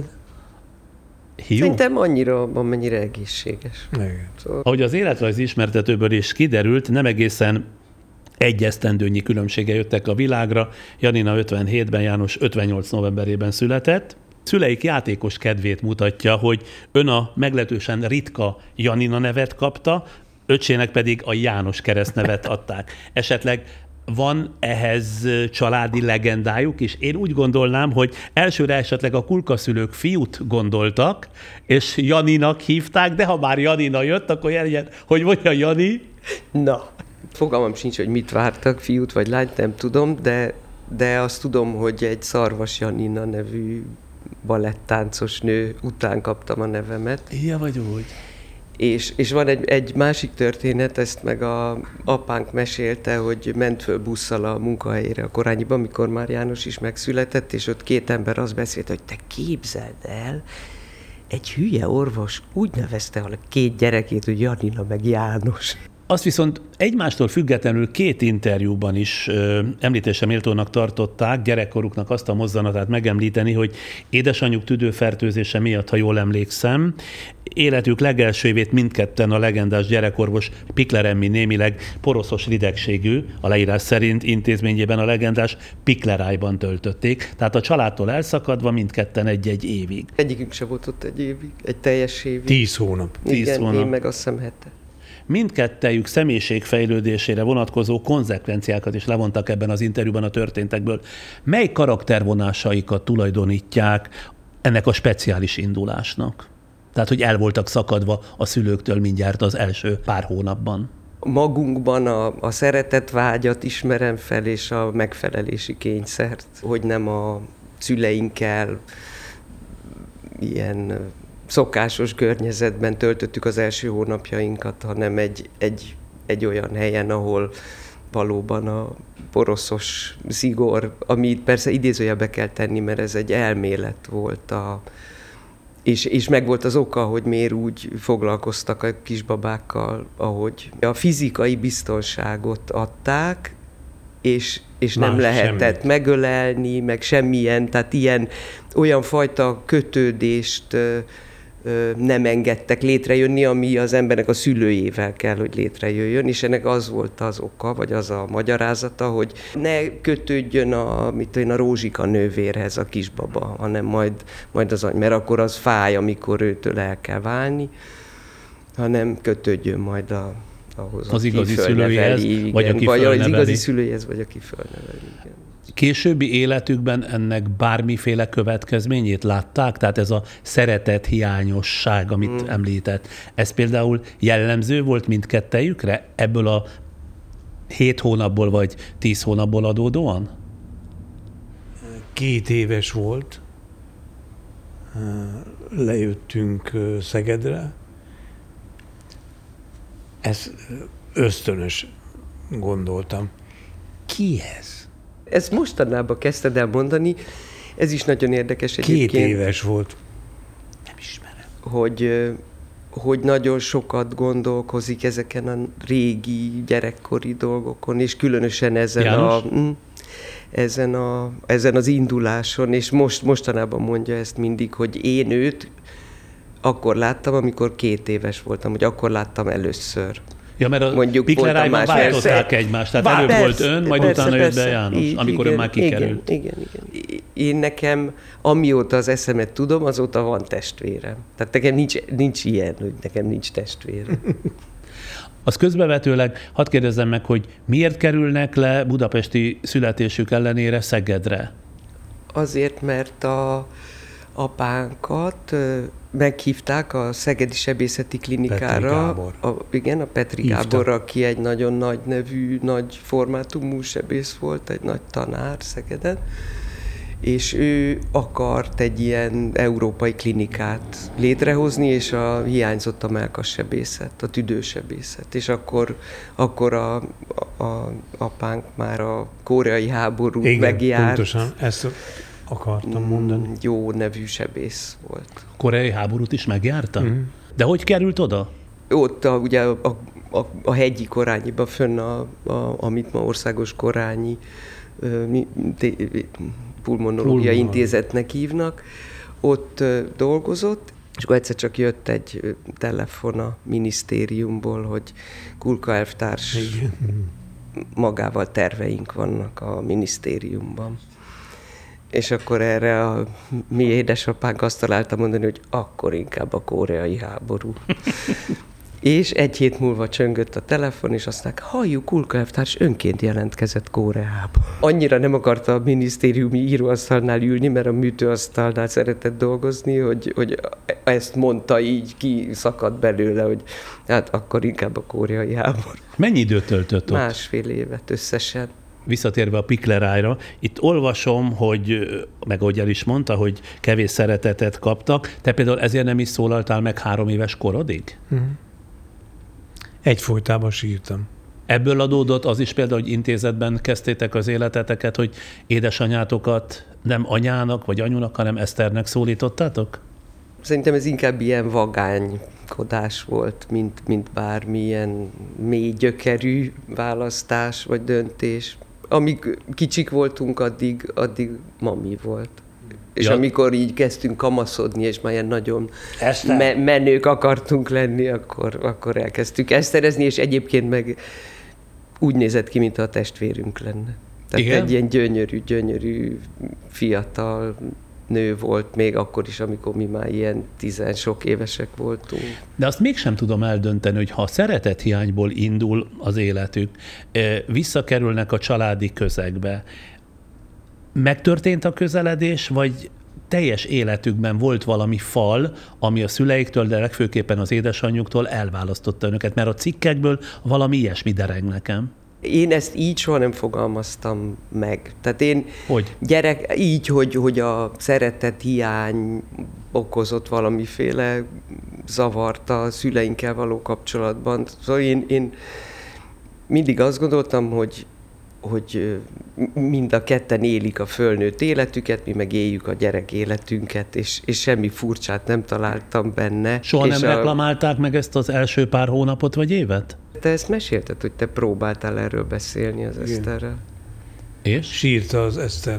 Hiú?
Szerintem annyira, amennyire egészséges.
Igen.
Szóval
Ahogy az életrajz ismertetőből is kiderült, nem egészen egy esztendőnyi különbsége jöttek a világra. Janina ötvenhétben, János ötvennyolc novemberében született. Szüleik játékos kedvét mutatja, hogy ön a meglehetősen ritka Janina nevet kapta, öcsének pedig a János keresztnevet adták. Esetleg van ehhez családi legendájuk is? Én úgy gondolnám, hogy elsőre esetleg a kulkaszülők fiút gondoltak, és Janinak hívták, de ha már Janina jött, akkor jeljen, hogy mondja Jani.
Na, fogalmam sincs, hogy mit vártak, fiút vagy lányt, nem tudom, de, de azt tudom, hogy egy Szarvas Janina nevű balettáncos nő után kaptam a nevemet.
Ilyen vagy úgy.
És, és van egy, egy másik történet, ezt meg a apánk mesélte, hogy ment föl busszal a munkahelyére a Korányiban, amikor már János is megszületett, és ott két ember azt beszélt, hogy te képzeld el, egy hülye orvos úgy nevezte a két gyerekét, hogy Janina meg János.
Azt viszont egymástól függetlenül két interjúban is ö, említésre méltónak tartották, gyerekkoruknak azt a mozzanatát megemlíteni, hogy édesanyjuk tüdőfertőzése miatt, ha jól emlékszem, életük legelső évét mindketten a legendás gyerekorvos Pikler Emmi némileg poroszos ridegségű, a leírás szerint intézményében a legendás Piklerájban töltötték, tehát a családtól elszakadva mindketten egy-egy évig.
Egyikünk se volt ott egy évig, egy teljes évig.
Tíz hónap.
tíz
Igen,
hónap.
én meg azt hiszem hete.
Mindkettejük személyiségfejlődésére vonatkozó konzekvenciákat is levontak ebben az interjúban a történtekből. Mely karaktervonásaikat tulajdonítják ennek a speciális indulásnak? Tehát, hogy el voltak szakadva a szülőktől mindjárt az első pár hónapban.
Magunkban a, a szeretetvágyat ismerem fel, és a megfelelési kényszert, hogy nem a szüleinkkel ilyen szokásos környezetben töltöttük az első hónapjainkat, hanem egy, egy, egy olyan helyen, ahol valóban a poroszos szigor, amit persze idézőjelbe kell tenni, mert ez egy elmélet volt, a, és, és meg volt az oka, hogy miért úgy foglalkoztak a kisbabákkal, ahogy a fizikai biztonságot adták, és, és nem
Más
lehetett
semmit.
megölelni, meg semmilyen, tehát ilyen olyan fajta kötődést ö, ö, nem engedtek létrejönni, ami az embernek a szülőjével kell, hogy létrejöjjön, és ennek az volt az oka, vagy az a magyarázata, hogy ne kötődjön a, mit tudom, a rózsika nővérhez a kisbaba, hanem majd, majd az any, mert akkor az fáj, amikor őtől el kell válni, hanem kötődjön majd a ahhoz,
Az
aki
igazi
fölneveli,
szülőjéhez,
igen,
vagy aki
vagy az
fölneveli.
igazi szülőjéhez, vagy aki fölneveli. Igen.
Későbbi életükben ennek bármiféle következményét látták? Tehát ez a szeretet hiányosság, amit mm. említett, ez például jellemző volt mindkettejükre ebből a hét hónapból vagy tíz hónapból adódóan?
Két éves volt, lejöttünk Szegedre. Ez ösztönös, gondoltam. Ki ez?
Ezt mostanában kezdted el mondani, ez is nagyon érdekes egyébként.
Két éves volt. Nem ismerem.
Hogy, hogy nagyon sokat gondolkozik ezeken a régi gyerekkori dolgokon, és különösen ezen a, ezen, a, ezen az induláson, és most, mostanában mondja ezt mindig, hogy én őt akkor láttam, amikor két éves voltam, hogy akkor láttam először.
Ja, mert a
Mondjuk
Piklerájban váltották egymást, tehát
Vár,
előbb
persze,
volt ön, majd
persze,
utána
persze.
jött be János,
Így,
amikor
igen,
ön már kikerült.
Igen, igen, igen. Én nekem, amióta az eszemet tudom, azóta van testvérem. Tehát nekem nincs, nincs ilyen, hogy nekem nincs testvérem.
Az közbevetőleg, hadd kérdezzem meg, hogy miért kerülnek le budapesti születésük ellenére Szegedre?
Azért, mert a apánkat meghívták a Szegedi Sebészeti Klinikára. A, igen, a Petri
Hívta.
Gábor, aki egy nagyon nagy nevű, nagy formátumú sebész volt, egy nagy tanár Szegeden, és ő akart egy ilyen európai klinikát létrehozni, és a, hiányzott a mellkassebészet, a tüdősebészet, és akkor, akkor a, a, a apánk már a koreai háború
igen,
megjárt.
pontosan, ezt akartam mondani.
Jó nevű sebész volt.
A koreai háborút is megjárta?
Mm.
De hogy került oda?
Ott a, ugye a, a, a hegyi Korányiban fönn, a, a, amit ma Országos Korányi mi, de, Pulmonológia Intézetnek hívnak, ott dolgozott, és akkor egyszer csak jött egy telefon a minisztériumból, hogy Kulka elvtárs, magával terveink vannak a minisztériumban. És akkor erre a mi édesapánk azt találta mondani, hogy akkor inkább a koreai háború. És egy hét múlva csöngött a telefon, és azt mondták, halljuk, Kulka elvtárs önként jelentkezett Koreába. Annyira nem akarta a minisztériumi íróasztalnál ülni, mert a műtőasztalnál szeretett dolgozni, hogy, hogy ezt mondta így, ki szakadt belőle, hogy hát akkor inkább a koreai háború.
Mennyi időt töltött ott?
Másfél évet összesen.
Visszatérve a Piklerájra, itt olvasom, hogy, meg ahogy el is mondta, hogy kevés szeretetet kaptak. Te például ezért nem is szólaltál meg három éves korodig?
Mm. Egyfolytában sírtam.
Ebből adódott az is például, hogy intézetben kezdtétek az életeteket, hogy édesanyátokat nem anyának vagy anyunak, hanem Eszternek szólítottátok?
Szerintem ez inkább ilyen vagánykodás volt, mint, mint bármilyen mély gyökerű választás vagy döntés. Amíg kicsik voltunk, addig, addig mami volt. És
ja.
amikor így kezdtünk kamaszodni, és már ilyen nagyon
Eszter.
me- menők akartunk lenni, akkor, akkor elkezdtük eszterezni, és egyébként meg úgy nézett ki, mintha a testvérünk lenne. Tehát
igen?
Egy ilyen gyönyörű, gyönyörű, fiatal nő volt, még akkor is, amikor mi már ilyen tizen sok évesek voltunk.
De azt mégsem tudom eldönteni, hogy ha a szeretethiányból indul az életük, visszakerülnek a családi közegbe, megtörtént a közeledés, vagy teljes életükben volt valami fal, ami a szüleiktől, de legfőképpen az édesanyjuktól elválasztotta önöket, mert a cikkekből valami ilyesmi dereng nekem.
Én ezt így soha nem fogalmaztam meg. Tehát én
hogy?
gyerek, így, hogy, hogy a szeretet hiány okozott valamiféle zavart a szüleinkkel való kapcsolatban. Szóval én, én mindig azt gondoltam, hogy hogy mind a ketten élik a fölnőtt életüket, mi meg éljük a gyerek életünket, és, és semmi furcsát nem találtam benne.
Soha
és
nem
a...
reklamálták meg ezt az első pár hónapot vagy évet?
Te ezt mesélted, hogy te próbáltál erről beszélni az Eszterrel.
És?
Sírta az Eszter.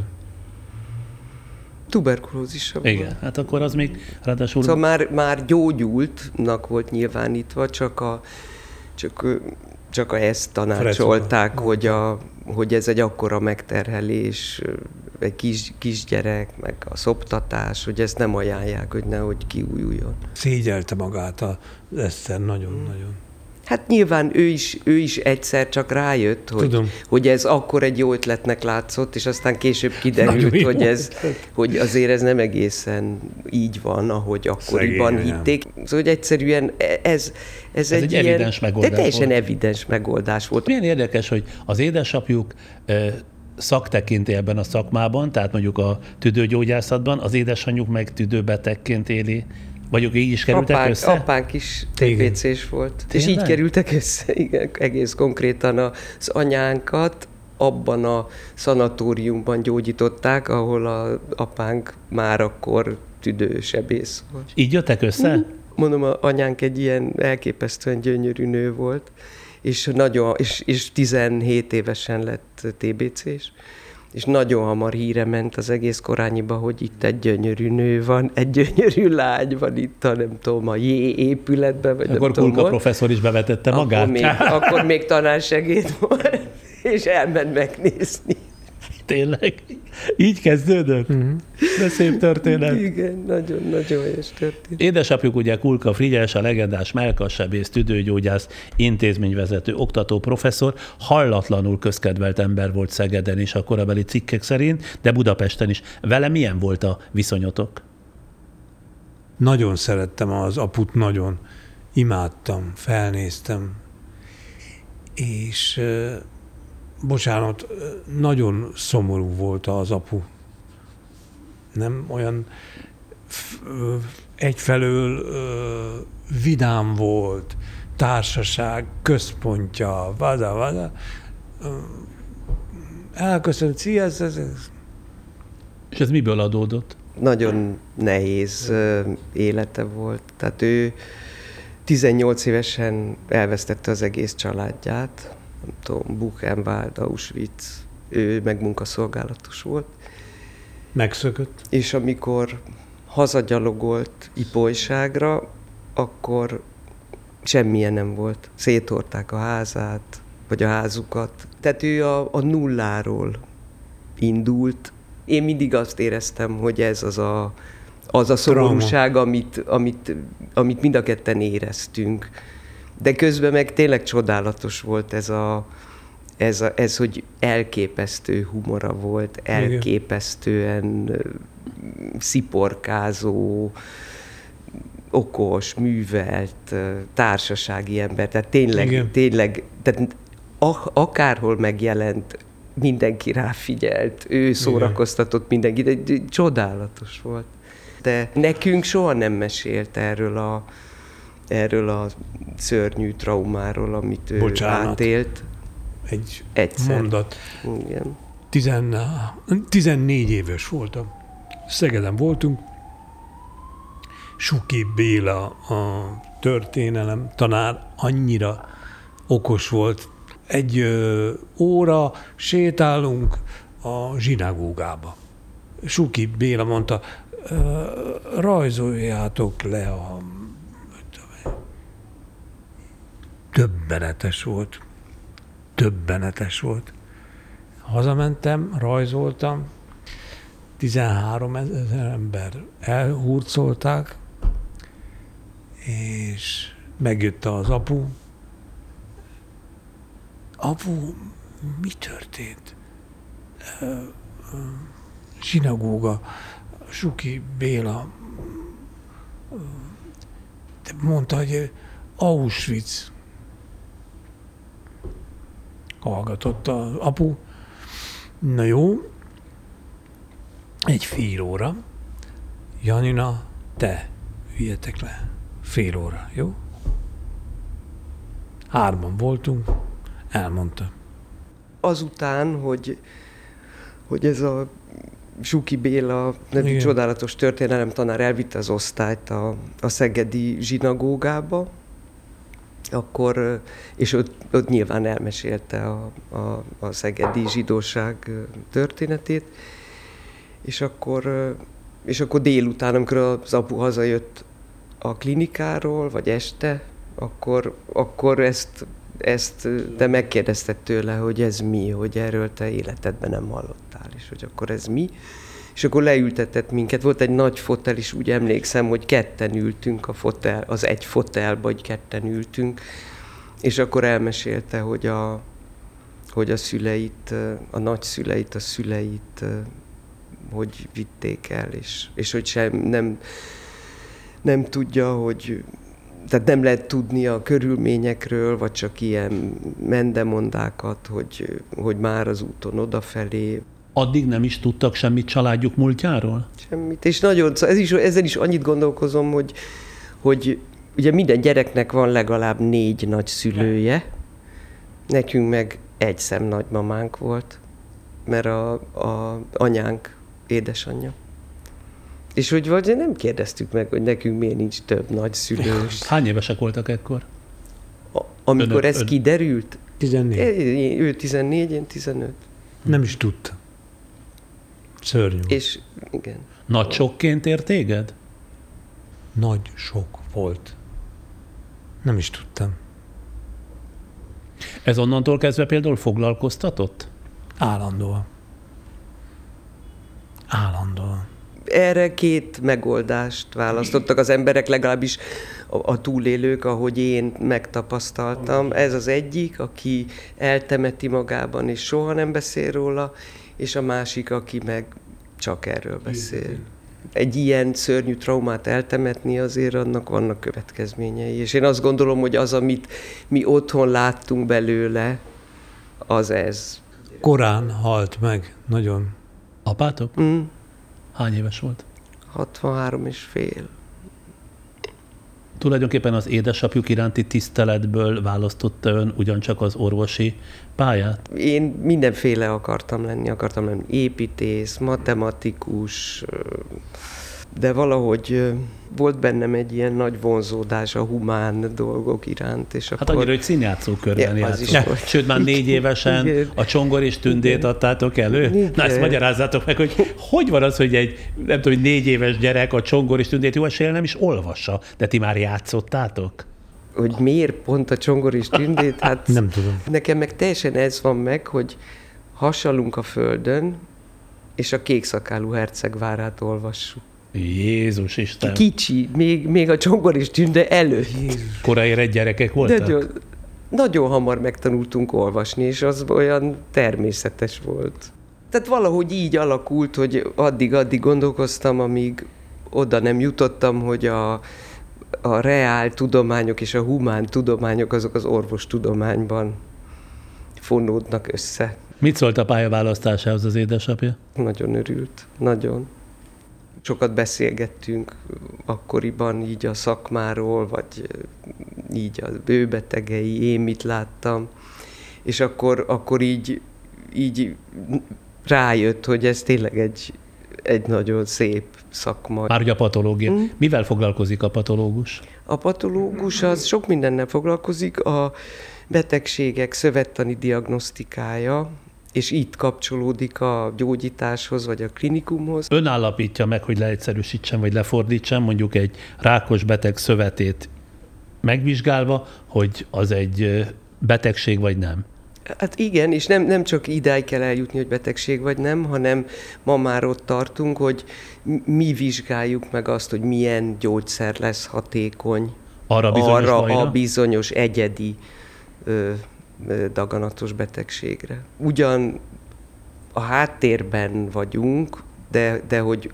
Tuberkulózisa volt.
Igen, hát akkor az még ráadásul...
Szóval már, már gyógyultnak volt nyilvánítva, csak a, csak, csak a ezt tanácsolták, hogy, a, hogy ez egy akkora megterhelés, egy kis, kisgyerek, meg a szoptatás, hogy ezt nem ajánlják, hogy nehogy kiújuljon.
Szégyelte magát az Eszter nagyon-nagyon.
Hát nyilván ő is, ő is egyszer csak rájött, hogy, hogy ez akkor egy jó ötletnek látszott, és aztán később kiderült, hogy, ez, hogy azért ez nem egészen így van, ahogy akkoriban
Szegény,
hitték. Szóval, hogy egyszerűen ez, ez,
ez
egy,
egy
ilyen,
evidens megoldás
de teljesen
volt.
evidens megoldás volt.
Milyen érdekes, hogy az édesapjuk szaktekinté ebben a szakmában, tehát mondjuk a tüdőgyógyászatban, az édesanyjuk meg tüdőbetegként éli. Vagyok, így is kerültek
apánk,
össze?
Apánk is té bé cés volt. Tényleg? És így kerültek össze, igen, egész konkrétan az anyánkat abban a szanatóriumban gyógyították, ahol az apánk már akkor tüdősebész volt.
Így jöttek össze?
Mondom, az anyánk egy ilyen elképesztően gyönyörű nő volt, és, nagyon, és, és tizenhét évesen lett té bé cés, és nagyon hamar híre ment az egész Korányiba, hogy itt egy gyönyörű nő van, egy gyönyörű lány van itt a, nem tudom, a J épületben, vagy
akkor
nem tudom.
Kulka professzor is bevetette magát?
Akkor még, akkor még tanársegéd volt, és elment megnézni.
Tényleg? Így kezdődött? Mm-hmm. De szép történet.
Igen, nagyon-nagyon helyes történet.
Édesapjuk ugye Kulka Frigyes, a legendás mellkassebész, tüdőgyógyász, intézményvezető, oktató professzor, hallatlanul közkedvelt ember volt Szegeden is a korabeli cikkek szerint, de Budapesten is. Vele milyen volt a viszonyotok?
Nagyon szerettem az aput, nagyon imádtam, felnéztem, és bocsánat, nagyon szomorú volt az apu. Nem olyan egyfelől vidám volt, társaság, központja, vada, vada. Elköszönt, sziasztok.
És ez miből adódott?
Nagyon nehéz élete volt. Tehát ő tizennyolc évesen elvesztette az egész családját. Nem tudom, Buchenwald, Auschwitz, ő meg munkaszolgálatos volt.
Megszökött.
És amikor hazagyalogolt Ipolyságra, akkor semmilyen nem volt. Széttörték a házát, vagy a házukat. Tehát ő a, a nulláról indult. Én mindig azt éreztem, hogy ez az a, az a szomorúság, amit, amit, amit mind a ketten éreztünk. De közben meg tényleg csodálatos volt ez, a, ez, a, ez hogy elképesztő humora volt, elképesztően sziporkázó, okos, művelt, társasági ember. Tehát tényleg, tényleg tehát akárhol megjelent, mindenki ráfigyelt, ő szórakoztatott mindenkit, de csodálatos volt. De nekünk soha nem mesélt erről a erről a szörnyű traumáról, amit ő
Bocsánat.
átélt.
Egy
Egyszer.
mondat.
Igen.
Tizen, tizennégy éves voltam. Szegeden voltunk. Suki Béla, a történelem tanár, annyira okos volt. Egy ö, óra sétálunk a zsinagógába. Suki Béla mondta, rajzoljátok le a Döbbenetes volt. Döbbenetes volt. Hazamentem, rajzoltam, tizenhárom ezer ember elhurcolták, és megjött az apu. Apu, mi történt? Zsinagóga, Suki Béla mondta, hogy Auschwitz. Hallgatott az apu. Na jó, egy fél óra. Janina, te üljetek le. Fél óra, jó? Hárman voltunk, elmondta.
Azután, hogy, hogy ez a Suki Béla nevű
Igen.
csodálatos történelemtanár elvitte az osztályt a, a szegedi zsinagógába, akkor, és ott, ott nyilván elmesélte a, a, a szegedi zsidóság történetét, és akkor, és akkor délután, amikor az apu hazajött a klinikáról, vagy este, akkor, akkor ezt, ezt te megkérdezted tőle, hogy ez mi, hogy erről te életedben nem hallottál, és hogy akkor ez mi. És akkor leültetett minket. Volt egy nagy fotel is, úgy emlékszem, hogy ketten ültünk a fotel, az egy fotelba, hogy ketten ültünk, és akkor elmesélte, hogy a, hogy a szüleit, a nagyszüleit, a szüleit, hogy vitték el, és, és hogy sem nem, nem tudja, hogy tehát nem lehet tudni a körülményekről, vagy csak ilyen mendemondákat, hogy, hogy már az úton odafelé.
Addig nem is tudtak semmit családjuk múltjáról?
Semmit. És nagyon, ez is, ezzel is annyit gondolkozom, hogy, hogy ugye minden gyereknek van legalább négy nagyszülője, nekünk meg egy szem nagymamánk volt, mert a, a anyánk édesanyja. És hogy vagy nem kérdeztük meg, hogy nekünk miért nincs több nagyszülős.
Hány évesek voltak ekkor?
A, amikor
Önök,
ez
ön...
kiderült?
tizennégy.
Ő tizennégy, én tizenöt.
Nem is tudta. Szörnyű.
És igen.
Nagy sokként ért téged?
Nagy sok volt. Nem is tudtam.
Ez onnantól kezdve például foglalkoztatott?
Állandóan. Állandóan.
Erre két megoldást választottak az emberek, legalábbis a, a túlélők, ahogy én megtapasztaltam. Ez az egyik, aki eltemeti magában, és soha nem beszél róla, és a másik, aki meg csak erről beszél. Egy ilyen szörnyű traumát eltemetni, azért annak vannak következményei. És én azt gondolom, hogy az, amit mi otthon láttunk belőle, az ez.
Korán halt meg, nagyon.
Apátok?
Mm.
Hány éves volt?
hatvanhárom és fél.
Tulajdonképpen az édesapjuk iránti tiszteletből választotta ön ugyancsak az orvosi pályát?
Én mindenféle akartam lenni, akartam lenni építész, matematikus, de valahogy volt bennem egy ilyen nagy vonzódás a humán dolgok iránt. És
Hát
akkor...
annyira, hogy színjátszókörben
Ja, az is
játszott.
volt.
Sőt, már négy évesen
Igen.
a Csongor és Tündét
Igen.
adtátok elő?
Igen.
Na ezt magyarázzátok meg, hogy hogy van az, hogy egy nem tudom, hogy négy éves gyerek a Csongor és Tündét jó eséllyel nem is olvassa, de ti már játszottátok?
Hogy miért pont a Csongor és Tündét? Hát
Nem tudom.
nekem meg teljesen ez van meg, hogy hasalunk a földön, és a Kékszakálú herceg várát olvassuk.
Jézus Isten!
Kicsi, még, még a Csongor és Tünde előtt.
Korai egy gyerekek voltak?
Nagyon, nagyon hamar megtanultunk olvasni, és az olyan természetes volt. Tehát valahogy így alakult, hogy addig-addig gondolkoztam, amíg oda nem jutottam, hogy a, a reál tudományok és a humán tudományok azok az orvostudományban fonódnak össze.
Mit szólt a pályaválasztásához az édesapja?
Nagyon örült, nagyon. Sokat beszélgettünk akkoriban így a szakmáról, vagy így a bőbetegei, én mit láttam, és akkor, akkor így, így rájött, hogy ez tényleg egy, egy nagyon szép szakma.
Már ugye a patológia.
Mm.
Mivel foglalkozik a patológus?
A patológus az sok mindennel foglalkozik, a betegségek szövettani diagnosztikája, és itt kapcsolódik a gyógyításhoz, vagy a klinikumhoz.
Ön állapítja meg, hogy leegyszerűsítsen, vagy lefordítsen mondjuk egy rákos beteg szövetét megvizsgálva, hogy az egy betegség, vagy nem.
Hát igen, és nem, nem csak idáig kell eljutni, hogy betegség vagy nem, hanem ma már ott tartunk, hogy mi vizsgáljuk meg azt, hogy milyen gyógyszer lesz hatékony
Arra, bizonyos
arra
bajra?
a bizonyos egyedi ö, ö, daganatos betegségre. Ugyan a háttérben vagyunk, de, de hogy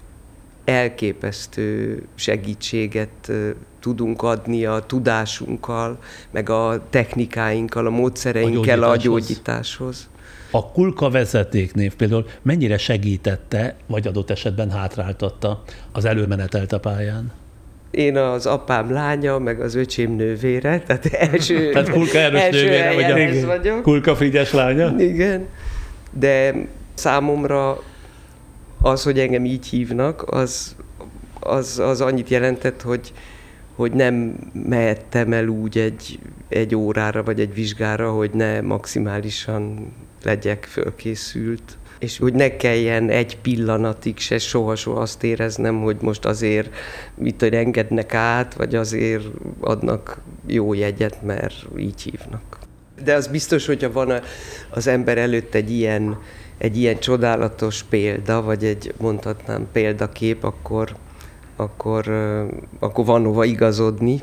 elképesztő segítséget ö, tudunk adni a tudásunkkal, meg a technikáinkkal, a módszereinkkel a gyógyításhoz.
A Kulka vezetéknév például mennyire segítette, vagy adott esetben hátráltatta az előmenetelt a pályán?
Én az apám lánya, meg az öcsém nővére, tehát első,
Tehát Kulka Erős
első
nővére, vagy
helyen
a
vagyok.
Kulka Frigyes lánya?
Igen, de számomra az, hogy engem így hívnak, az, az, az annyit jelentett, hogy, hogy nem mehettem el úgy egy, egy órára, vagy egy vizsgára, hogy ne maximálisan legyek fölkészült. És hogy ne kelljen egy pillanatig se soha-soha azt éreznem, hogy most azért mit, hogy engednek át, vagy azért adnak jó jegyet, mert így hívnak. De az biztos, hogyha van a, az ember előtt egy ilyen, egy ilyen csodálatos példa, vagy egy, mondhatnám, példakép, akkor, akkor, akkor van hova igazodni.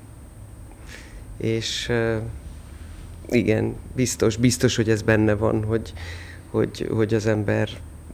És igen, biztos, biztos, hogy ez benne van, hogy, hogy, hogy az ember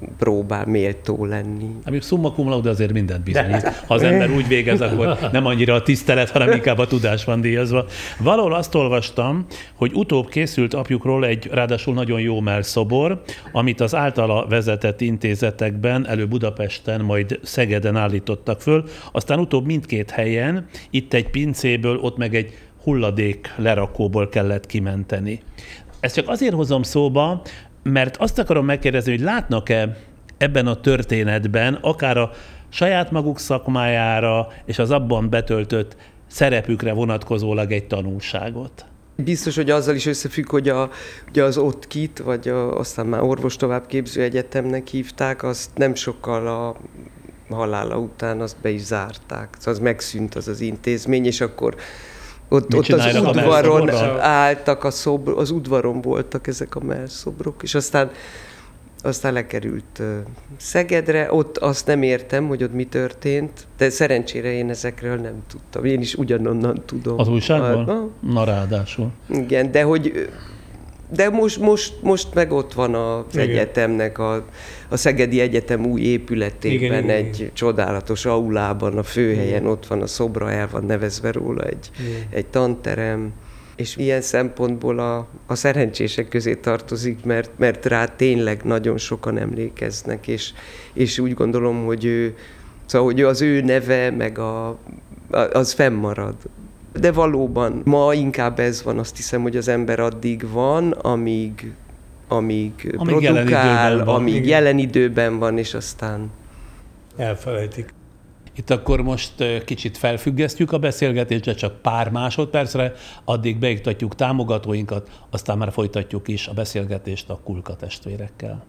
próbál méltó lenni.
Amíg summa cum laude azért mindent bizonyít. Ha az ember úgy végez, akkor nem annyira a tisztelet, hanem inkább a tudás van díjazva. Valahol azt olvastam, hogy utóbb készült apjukról egy ráadásul nagyon jó mellszobor, amit az általa vezetett intézetekben, elő Budapesten, majd Szegeden állítottak föl, aztán utóbb mindkét helyen, itt egy pincéből, ott meg egy hulladék lerakóból kellett kimenteni. Ezt csak azért hozom szóba, mert azt akarom megkérdezni, hogy látnak-e ebben a történetben, akár a saját maguk szakmájára és az abban betöltött szerepükre vonatkozólag egy tanulságot?
Biztos, hogy azzal is összefügg, hogy a, ugye az o té ká i té, vagy a, aztán már orvostovábbképző egyetemnek hívták, azt nem sokkal a halála után azt be is zárták. Szóval az megszűnt az az intézmény, és akkor Ott, ott az udvaron álltak, a szobr, az udvaron voltak ezek a mellszobrok, és aztán, aztán lekerült Szegedre, ott azt nem értem, hogy ott mi történt, de szerencsére én ezekről nem tudtam. Én is ugyanonnan tudom.
Az újságban? A, Na ráadásul.
Igen, de hogy... De most, most, most meg ott van az igen. egyetemnek, a, a Szegedi Egyetem új épületében, igen, egy igen. csodálatos aulában, a főhelyen, igen. ott van a szobra, el van nevezve róla egy, egy tanterem, és ilyen szempontból a, a szerencsések közé tartozik, mert, mert rá tényleg nagyon sokan emlékeznek, és, és úgy gondolom, hogy ő, szóval, hogy az ő neve, meg a, az fennmarad. De valóban ma inkább ez van, azt hiszem, hogy az ember addig van, amíg, amíg, amíg produkál, jelen amíg igen. jelen időben van, és aztán
elfelejtik.
Itt akkor most kicsit felfüggesztjük a beszélgetést, de csak pár másodpercre, addig beiktatjuk támogatóinkat, aztán már folytatjuk is a beszélgetést a Kulka testvérekkel.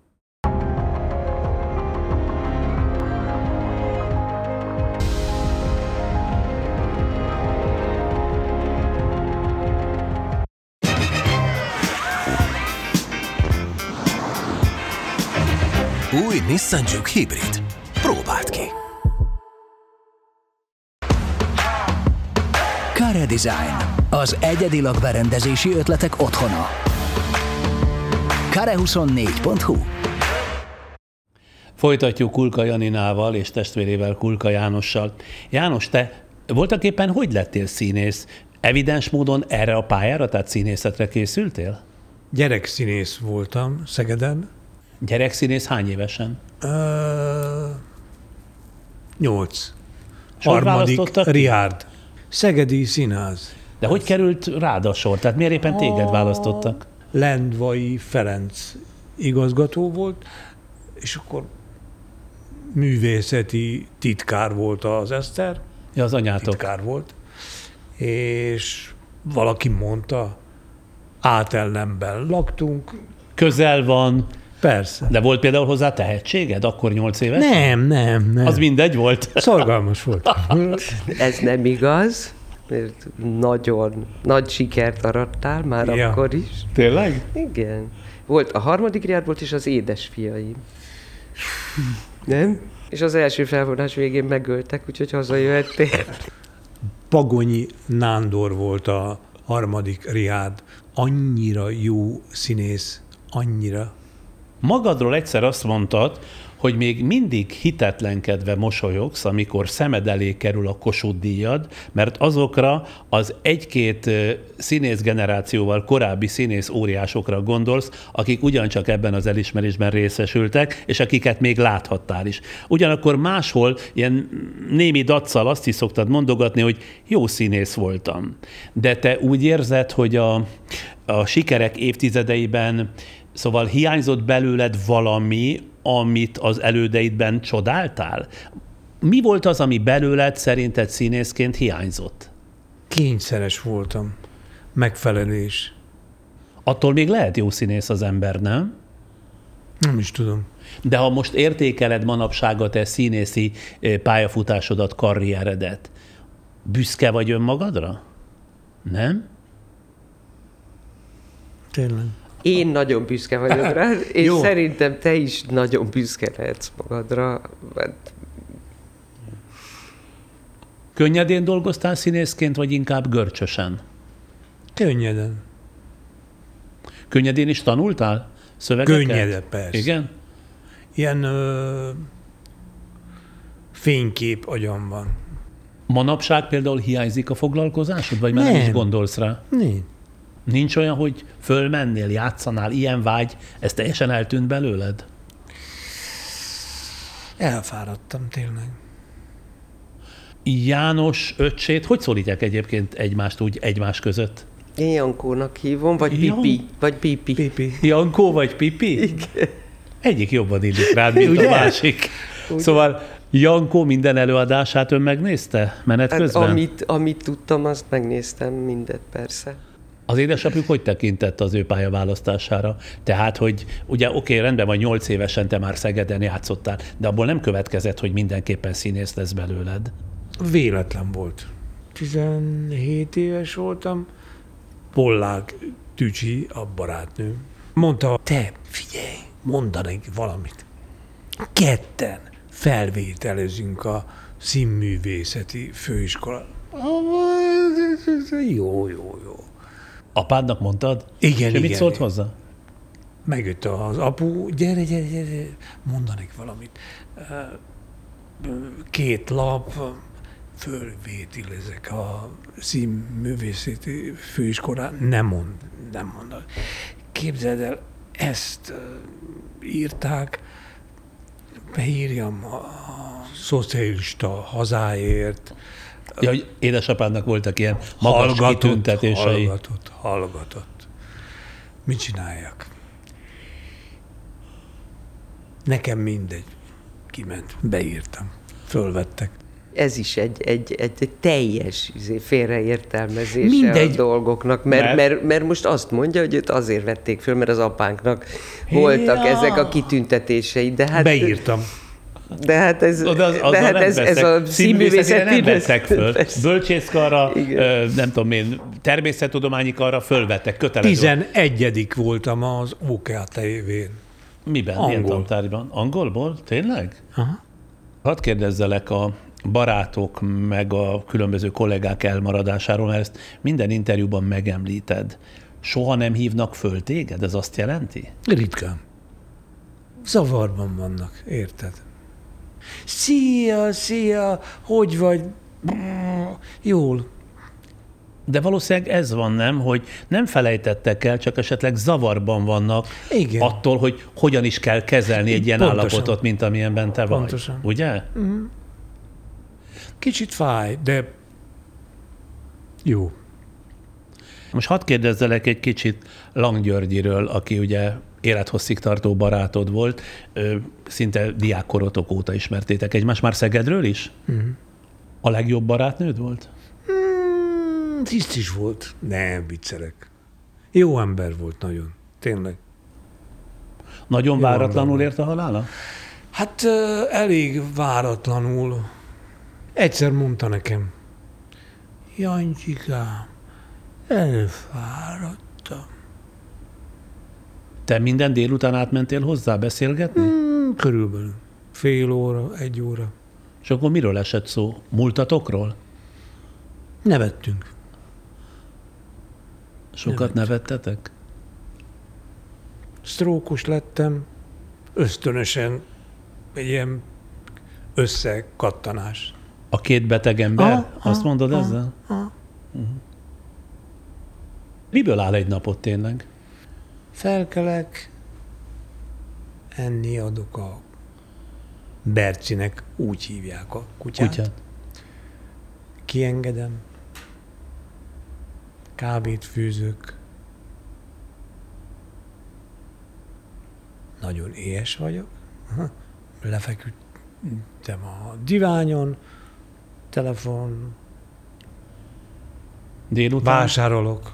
Új Nissan Juke Hybrid. Próbáld ki!
Care Design. Az egyedi lakberendezési ötletek otthona. Care huszonnégy pont hu.
Folytatjuk Kulka Janinával és testvérével, Kulka Jánossal. János, te voltak éppen hogy lettél színész? Evidens módon erre a pályára, tehát színészetre készültél?
Gyerekszínész voltam Szegeden.
Gyerekszínész hány évesen?
Uh, nyolc.
Sor
Harmadik Richárd. Szegedi Színház.
De hogy került rád a sor? Tehát miért éppen téged választottak?
Lendvai Ferenc igazgató volt, és akkor művészeti titkár volt az Eszter.
Ja, az anyátok.
Titkár volt. És valaki mondta, Átelnemben laktunk.
Közel van.
Persze.
De volt például hozzá tehetséged, akkor nyolc éves?
Nem, nem, nem.
Az mindegy volt?
Szorgalmas volt.
Ez nem igaz, mert nagyon nagy sikert arattál már ja. akkor is.
Tényleg?
Igen. Volt a harmadik Richárd volt, és az édesfiaim. Nem? És az első felvonás végén megöltek, úgyhogy hazajöhettél.
Pagonyi Nándor volt a harmadik Richárd. Annyira jó színész, annyira.
Magadról egyszer azt mondtad, hogy még mindig hitetlenkedve mosolyogsz, amikor szemed elé kerül a Kossuth-díjad, mert azokra az egy-két színész generációval korábbi színész óriásokra gondolsz, akik ugyancsak ebben az elismerésben részesültek, és akiket még láthattál is. Ugyanakkor máshol ilyen némi daccal azt is szoktad mondogatni, hogy jó színész voltam. De te úgy érzed, hogy a, a sikerek évtizedeiben szóval hiányzott belőled valami, amit az elődeidben csodáltál? Mi volt az, ami belőled szerinted színészként hiányzott?
Kényszeres voltam. Megfelelés.
Attól még lehet jó színész az ember, nem?
Nem is tudom.
De ha most értékeled manapság a te színészi pályafutásodat, karrieredet, büszke vagy önmagadra? Nem?
Tényleg.
Én nagyon büszke vagyok rá, és jó. Szerintem te is nagyon büszke lehetsz magadra.
Könnyedén dolgoztál színészként, vagy inkább görcsösen?
Könnyeden.
Könnyedén is tanultál szövegeket?
Könnyeden, persze.
Igen?
ilyen ö, fénykép agyam van.
Manapság például hiányzik a foglalkozásod, vagy már nem,
Nem.
is gondolsz rá?
Nincs.
Nincs olyan, hogy fölmennél, játszanál, ilyen vágy, ez teljesen eltűnt belőled?
Elfáradtam tényleg.
János öccsét, hogy szólítják egyébként egymást úgy egymás között?
Én Jankónak hívom, vagy Pipi, vagy Pipi.
Pipi.
Jankó vagy Pipi?
Igen.
Egyik jobban illik rád, mint
Ugye?
a másik.
Ugye?
Szóval Jankó minden előadását ön megnézte menet
Hát
közben?
amit, amit tudtam, azt megnéztem mindet persze.
Az édesapjuk hogy tekintett az ő pályaválasztására? Tehát, hogy ugye oké, okay, rendben van, nyolc évesen te már Szegeden játszottál, de abból nem következett, hogy mindenképpen színész lesz belőled.
Véletlen volt. tizenhét éves voltam, Pollák Tücsi, a barátnőm, mondta, te figyelj, mondanék valamit. Ketten felvételezünk a színművészeti főiskola. Jó, jó, jó.
Apádnak mondtad?
Igen,
És ő mit
igen,
szólt
igen.
hozzá?
Megjött az apu, gyere, gyere, gyere, mondanék valamit. Két lap, fölvételezek a színművészeti főiskolán. Nem mond, nem mondod. Képzeld el, ezt írták, beírjam a, a szocialista hazáért.
Ja, hogy édesapádnak voltak ilyen magas kitüntetései.
Hallgatott, hallgatott. Mit csináljak? Nekem mindegy. Kiment, beírtam. Fölvettek.
Ez is egy, egy, egy, egy teljes izé, félreértelmezése
Mindegy.
a dolgoknak, mert,
Mert?
mert, mert most azt mondja, hogy őt azért vették föl, mert az apánknak voltak
Ja.
ezek a kitüntetései, de hát...
Beírtam.
De hát ez,
De az, azzal
de hát
nem
ez, ez
veszek.
a
Színművészetére nem veszek föl.
Persze.
Bölcsészkarra,
Igen.
ö, nem tudom én, természettudományi karra fölvettek, kötelező.
tizenegyedik voltam az ó ká té vén.
Miben?
Angol.
Milyen tantárgyban? Angolból? Tényleg?
Aha.
Hadd kérdezzelek a barátok meg a különböző kollégák elmaradásáról, mert ezt minden interjúban megemlíted. Soha nem hívnak föl téged? Ez azt jelenti?
Ritkán. Zavarban vannak, érted? Szia, szia, hogy vagy? Jól.
De valószínűleg ez van, nem? Hogy nem felejtettek el, csak esetleg zavarban vannak
Igen.
attól, hogy hogyan is kell kezelni egy ilyen
Pontosan.
állapotot, mint amilyenben te vagy.
Pontosan.
Ugye?
Kicsit fáj, de jó.
Most hadd kérdezzelek egy kicsit Lang Györgyiről, aki ugye élethosszig tartó barátod volt, ö, szinte diákkorotok óta ismertétek egymást, már Szegedről is? Uh-huh. A legjobb barátnőd volt?
Mm, tiszt is volt. Nem, viccelek. Jó ember volt nagyon. Tényleg.
Nagyon
Jó
váratlanul
ember
ért a halála?
Hát ö, elég váratlanul. Egyszer mondta nekem, Jancsikám, elfáradtam.
Te minden délután átmentél hozzá beszélgetni?
Mm, körülbelül fél óra, egy óra.
És akkor miről esett szó? Múltatokról?
Nevettünk.
Sokat nevettetek?
Sztrókos lettem, ösztönösen egy ilyen összekattanás.
A két beteg ember?
Aha,
Azt mondod
aha,
ezzel?
aha.
Uh-huh. Miből áll egy napot tényleg?
Felkelek, enni adok a Bercinek, úgy hívják a kutyát.
Kutyát.
Kiengedem, kávét főzök. Nagyon éhes vagyok. Lefeküdtem a diványon, telefon,
Délután?
vásárolok.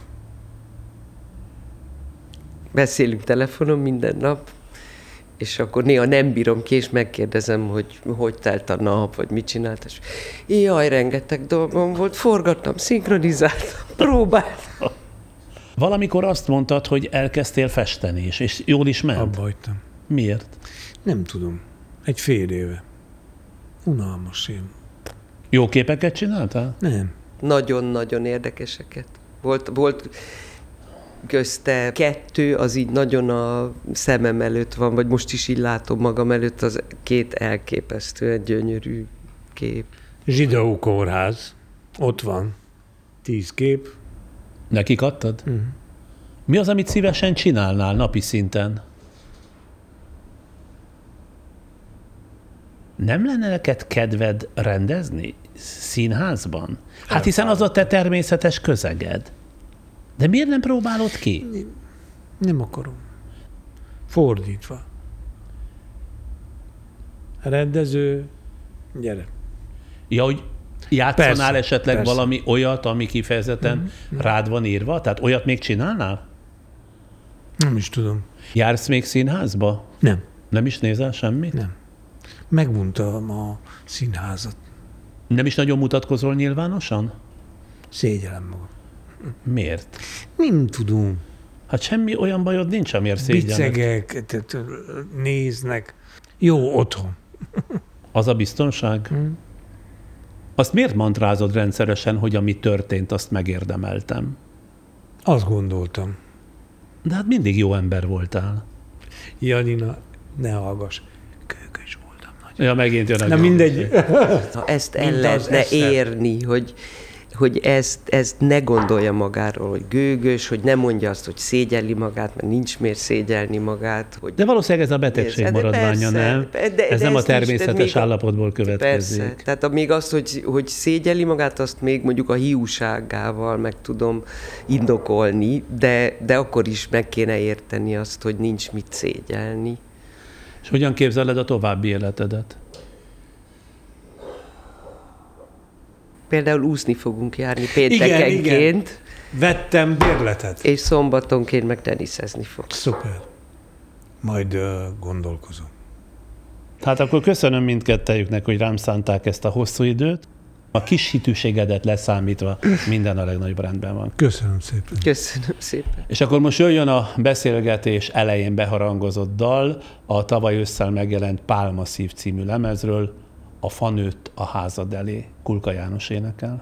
Beszélünk telefonon minden nap, és akkor néha nem bírom ki, és megkérdezem, hogy hogy telt a nap, vagy mit csináltál. És jaj, rengeteg dolgom volt, forgattam, szinkronizáltam, próbáltam.
Valamikor azt mondtad, hogy elkezdtél festeni is, és jól is ment.
Abba hagytam.
Miért?
Nem tudom. Egy fél éve. Unalmas én.
Jó képeket csináltál?
Nem.
Nagyon-nagyon érdekeseket. Volt, volt közte kettő, az így nagyon a szemem előtt van, vagy most is így látom magam előtt, az két elképesztően gyönyörű kép.
Zsidó kórház, ott van, tíz kép.
Nekik adtad?
Uh-huh.
Mi az, amit szívesen csinálnál napi szinten? Nem lenne neked kedved rendezni színházban? Hát hiszen az a te természetes közeged. De miért nem próbálod ki?
Nem akarom. Fordítva. Rendező, gyere.
Ja, hogy játszanál
Persze,
esetleg
persze.
valami olyat, ami kifejezetten mm-hmm. rád van írva? Tehát olyat még csinálnál?
Nem is tudom.
Jársz még színházba?
Nem.
Nem is nézel semmit?
Nem. Meguntam a színházat.
Nem is nagyon mutatkozol nyilvánosan?
Szégyellem magam.
Miért?
Nem tudom.
Hát semmi olyan bajod nincs, amiért szégyelled.
Bicegek, néznek. Jó otthon.
Az a biztonság?
Hmm.
Azt miért mantrázod rendszeresen, hogy ami történt, azt megérdemeltem?
Azt gondoltam.
De hát mindig jó ember voltál.
Janina, ne hallgass. Kőkös voltam nagy.
Ja, megint jön a
Na mindegy.
Ha ezt el
Mint az
lehetne
Eszter.
érni, hogy, hogy ezt, ezt ne gondolja magáról, hogy gőgös, hogy ne mondja azt, hogy szégyelli magát, mert nincs miért szégyelni magát. Hogy...
De valószínűleg ez a betegség
Ez- de
maradványa,
persze,
nem?
de- de
ez nem a
ezt is, tehát
természetes
még a-
állapotból következik.
Persze, tehát még azt, hogy, hogy szégyelli magát, azt még mondjuk a hiúságával meg tudom indokolni, de, de akkor is meg kéne érteni azt, hogy nincs mit szégyelni.
És hogyan képzeled a további életedet?
Például úszni fogunk járni péntekenként,
Igen, igen. Vettem bérletet.
és szombatonként meg teniszezni fogunk.
Szuper. Majd uh, gondolkozom.
Hát akkor köszönöm mindkettejüknek, hogy rám szánták ezt a hosszú időt. A kis hitűségedet leszámítva minden a legnagyobb rendben van.
Köszönöm szépen.
Köszönöm szépen.
És akkor most jöjjön a beszélgetés elején beharangozott dal, a tavaly ősszel megjelent Pálmaszív című lemezről, A fa nőtt a házad elé. Kulka János énekel.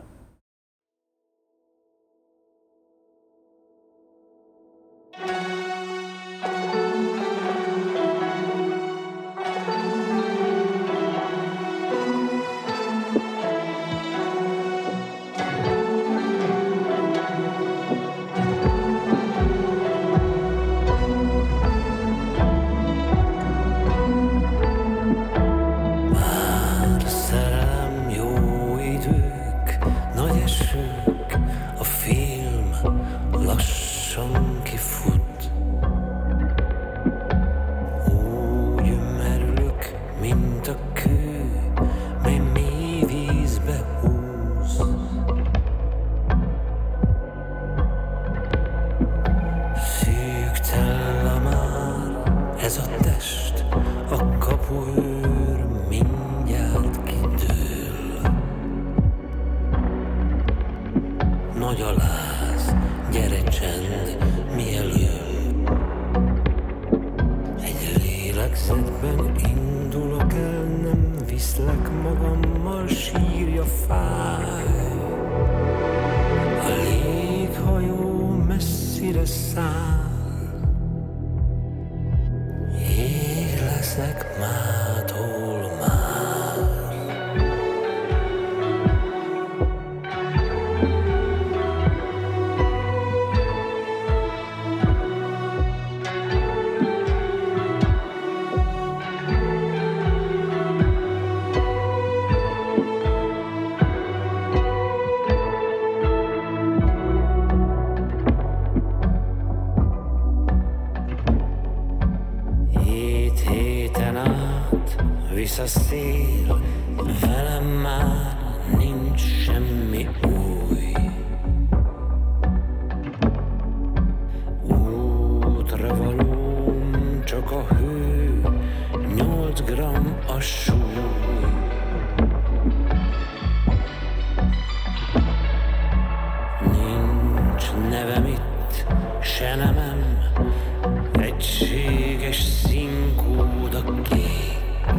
Szerelem, jó idők, nagy esők, a film lassan kifut. Úgy merülök, mint a kő, mely mély vízbe húz. Szűktelen már ez a test, a kapuőr mindjárt kitől. Nagy a láz, gyere csend, mielőbb. Egy lélegzetben indulok el, nem viszlek magammal, sírja fáj. A léghajó messzire száll, ég leszek mától már. Hét héten át visz a szél, velem már nincs semmi új. Útra valóm csak a hő, nyolc gramm a súly. Nincs nevem itt, se nemem, egységes színkód a kék.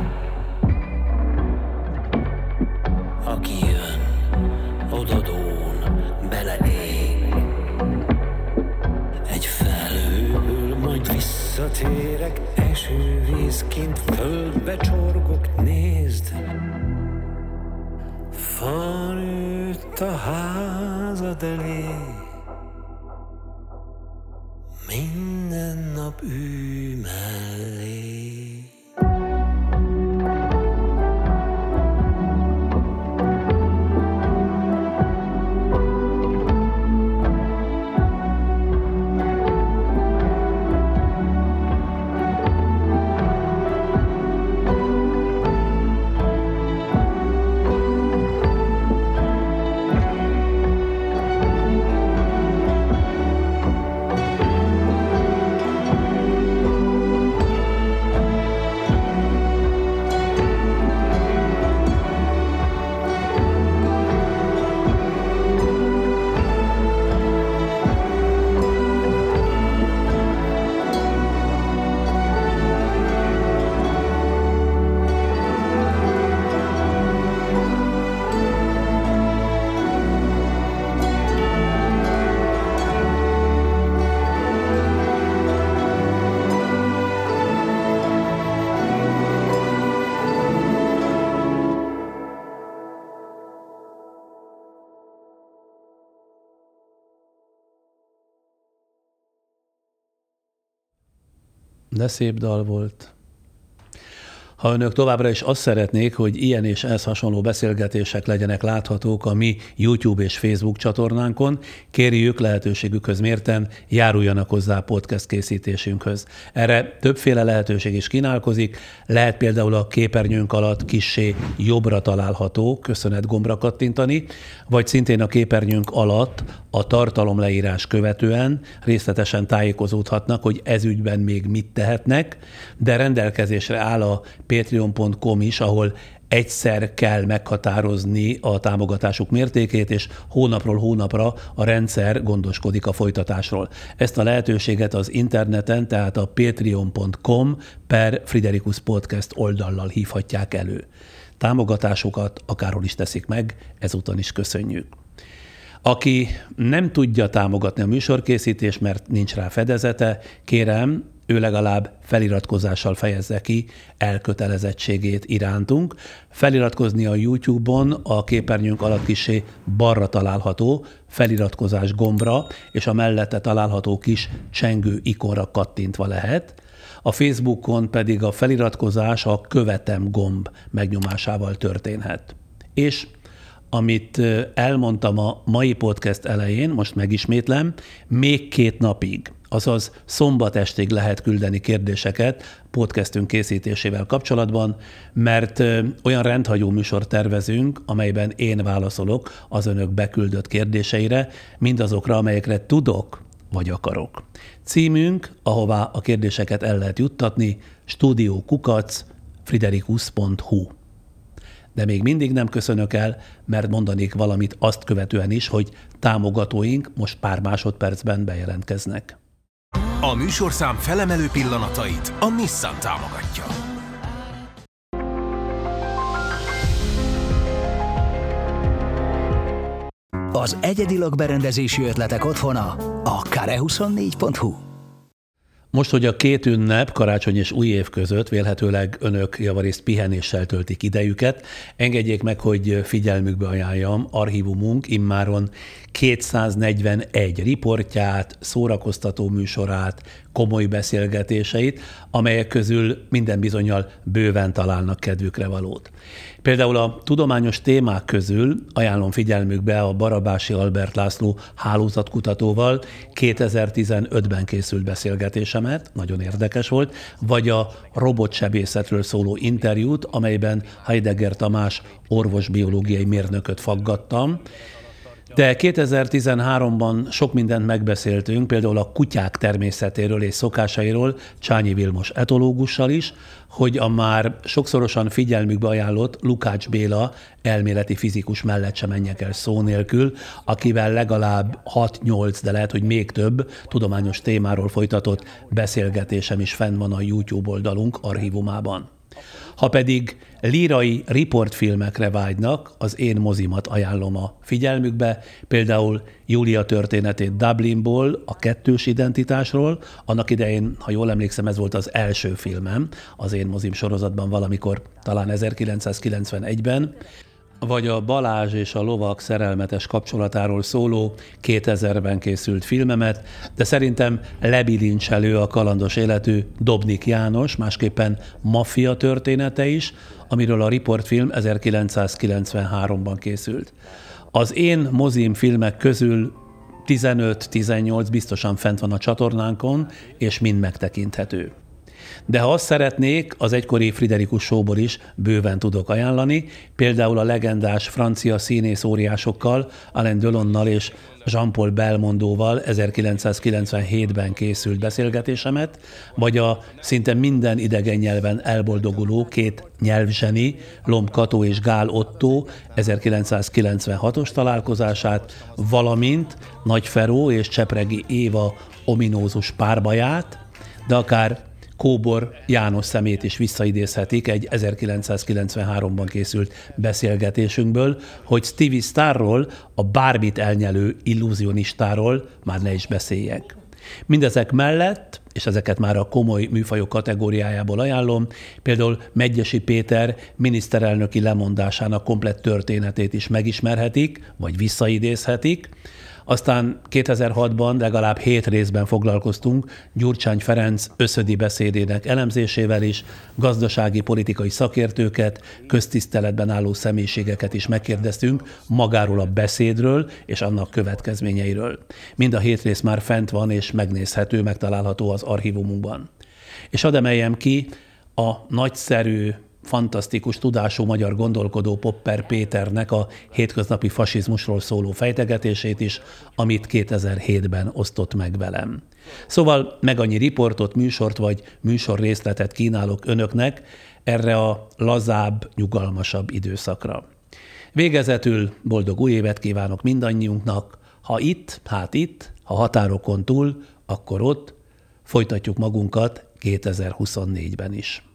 Aki jön, odadón beleég. Egy Visszatérek, esővíz kint, földbe csorgok, nézd. Fa nőtt a házad elé, minden nap ülj mellé.
De szép dal volt. Ha önök továbbra is azt szeretnék, hogy ilyen és ehhez hasonló beszélgetések legyenek láthatók a mi YouTube és Facebook csatornánkon, kérjük lehetőségükhöz mérten, járuljanak hozzá podcast készítésünkhöz. Erre többféle lehetőség is kínálkozik, lehet például a képernyőnk alatt kissé jobbra található köszönet gombra kattintani, vagy szintén a képernyőnk alatt a tartalomleírás követően részletesen tájékozódhatnak, hogy ez ügyben még mit tehetnek, de rendelkezésre áll a patreon pont com is, ahol egyszer kell meghatározni a támogatásuk mértékét, és hónapról hónapra a rendszer gondoskodik a folytatásról. Ezt a lehetőséget az interneten, tehát a patreon pont com per Friderikus Podcast oldallal hívhatják elő. Támogatásukat akárhol is teszik meg, ezúton is köszönjük. Aki nem tudja támogatni a műsorkészítést, mert nincs rá fedezete, kérem, ő legalább feliratkozással fejezze ki elkötelezettségét irántunk. Feliratkozni a YouTube-on a képernyőnk alatt kissé balra található feliratkozás gombra, és a mellette található kis csengő ikonra kattintva lehet. A Facebookon pedig a feliratkozás a követem gomb megnyomásával történhet. És amit elmondtam a mai podcast elején, most megismétlem, még két napig, azaz szombat estig lehet küldeni kérdéseket podcastünk készítésével kapcsolatban, mert olyan rendhagyó műsor tervezünk, amelyben én válaszolok az önök beküldött kérdéseire, mindazokra, amelyekre tudok vagy akarok. Címünk, ahová a kérdéseket el lehet juttatni, stúdiókukac friderikus pont hu. De még mindig nem köszönök el, mert mondanék valamit azt követően is, hogy támogatóink most pár másodpercben bejelentkeznek.
A műsorszám felemelő pillanatait a Nissan támogatja.
Az egyedi lakberendezési ötletek otthona a kare huszonnégy pont hu.
Most, hogy a két ünnep, karácsony és új év között vélhetőleg önök javarészt pihenéssel töltik idejüket, engedjék meg, hogy figyelmükbe ajánljam archívumunk immáron kétszáznegyvenegy riportját, szórakoztató műsorát, komoly beszélgetéseit, amelyek közül minden bizonnyal bőven találnak kedvükre valót. Például a tudományos témák közül ajánlom figyelmükbe a Barabási Albert László hálózatkutatóval kétezer-tizenötben készült beszélgetésemet, nagyon érdekes volt, vagy a robotsebészetről szóló interjút, amelyben Heidegger Tamás orvosbiológiai mérnököt faggattam. De kétezer-tizenháromban sok mindent megbeszéltünk, például a kutyák természetéről és szokásairól Csányi Vilmos etológussal is, hogy a már sokszorosan figyelmükbe ajánlott Lukács Béla elméleti fizikus mellett sem menjek el szó nélkül, akivel legalább hat-nyolc, de lehet, hogy még több tudományos témáról folytatott beszélgetésem is fenn van a YouTube oldalunk archívumában. Ha pedig lírai riportfilmekre vágynak, az én mozimat ajánlom a figyelmükbe, például Júlia történetét Dublinból, a kettős identitásról, annak idején, ha jól emlékszem, ez volt az első filmem az én mozim sorozatban valamikor, talán ezerkilencszázkilencvenegyben, vagy a Balázs és a lovak szerelmetes kapcsolatáról szóló kétezerben készült filmemet, de szerintem lebilincselő a kalandos életű Dobnik János, másképpen Maffia története is, amiről a riportfilm ezerkilencszázkilencvenháromban készült. Az én mozim filmek közül tizenöt-tizennyolc biztosan fent van a csatornánkon, és mind megtekinthető. De ha azt szeretnék, az egykori Friderikus Showból is bőven tudok ajánlani, például a legendás francia színész óriásokkal, Alain Delonnal és Jean-Paul Belmondóval ezerkilencszázkilencvenhétben készült beszélgetésemet, vagy a szinte minden idegen nyelven elboldoguló két nyelvzseni, Lomb Kató és Gál Otto ezerkilencszázkilencvenhatos találkozását, valamint Nagy Feró és Csepregi Éva ominózus párbaját, de akár Kóbor János szemét is visszaidézhetik egy ezerkilencszázkilencvenháromban készült beszélgetésünkből, hogy Stevie Starról, a bármit elnyelő illúzionistáról már ne is beszéljek. Mindezek mellett, és ezeket már a komoly műfajok kategóriájából ajánlom, például Medgyessy Péter miniszterelnöki lemondásának komplett történetét is megismerhetik, vagy visszaidézhetik. Aztán kétezer-hatban legalább hét részben foglalkoztunk Gyurcsány Ferenc összödi beszédének elemzésével is, gazdasági politikai szakértőket, köztiszteletben álló személyiségeket is megkérdeztünk magáról a beszédről és annak következményeiről. Mind a hét rész már fent van és megnézhető, megtalálható az archívumunkban. És hadd emeljem ki a nagyszerű, fantasztikus tudású magyar gondolkodó Popper Péternek a hétköznapi fasizmusról szóló fejtegetését is, amit kétezer-hétben osztott meg velem. Szóval meg annyi riportot, műsort vagy műsor részletet kínálok önöknek erre a lazább, nyugalmasabb időszakra. Végezetül boldog új évet kívánok mindannyiunknak, ha itt, hát itt, ha határokon túl, akkor ott, folytatjuk magunkat kétezer-huszonnégyben is.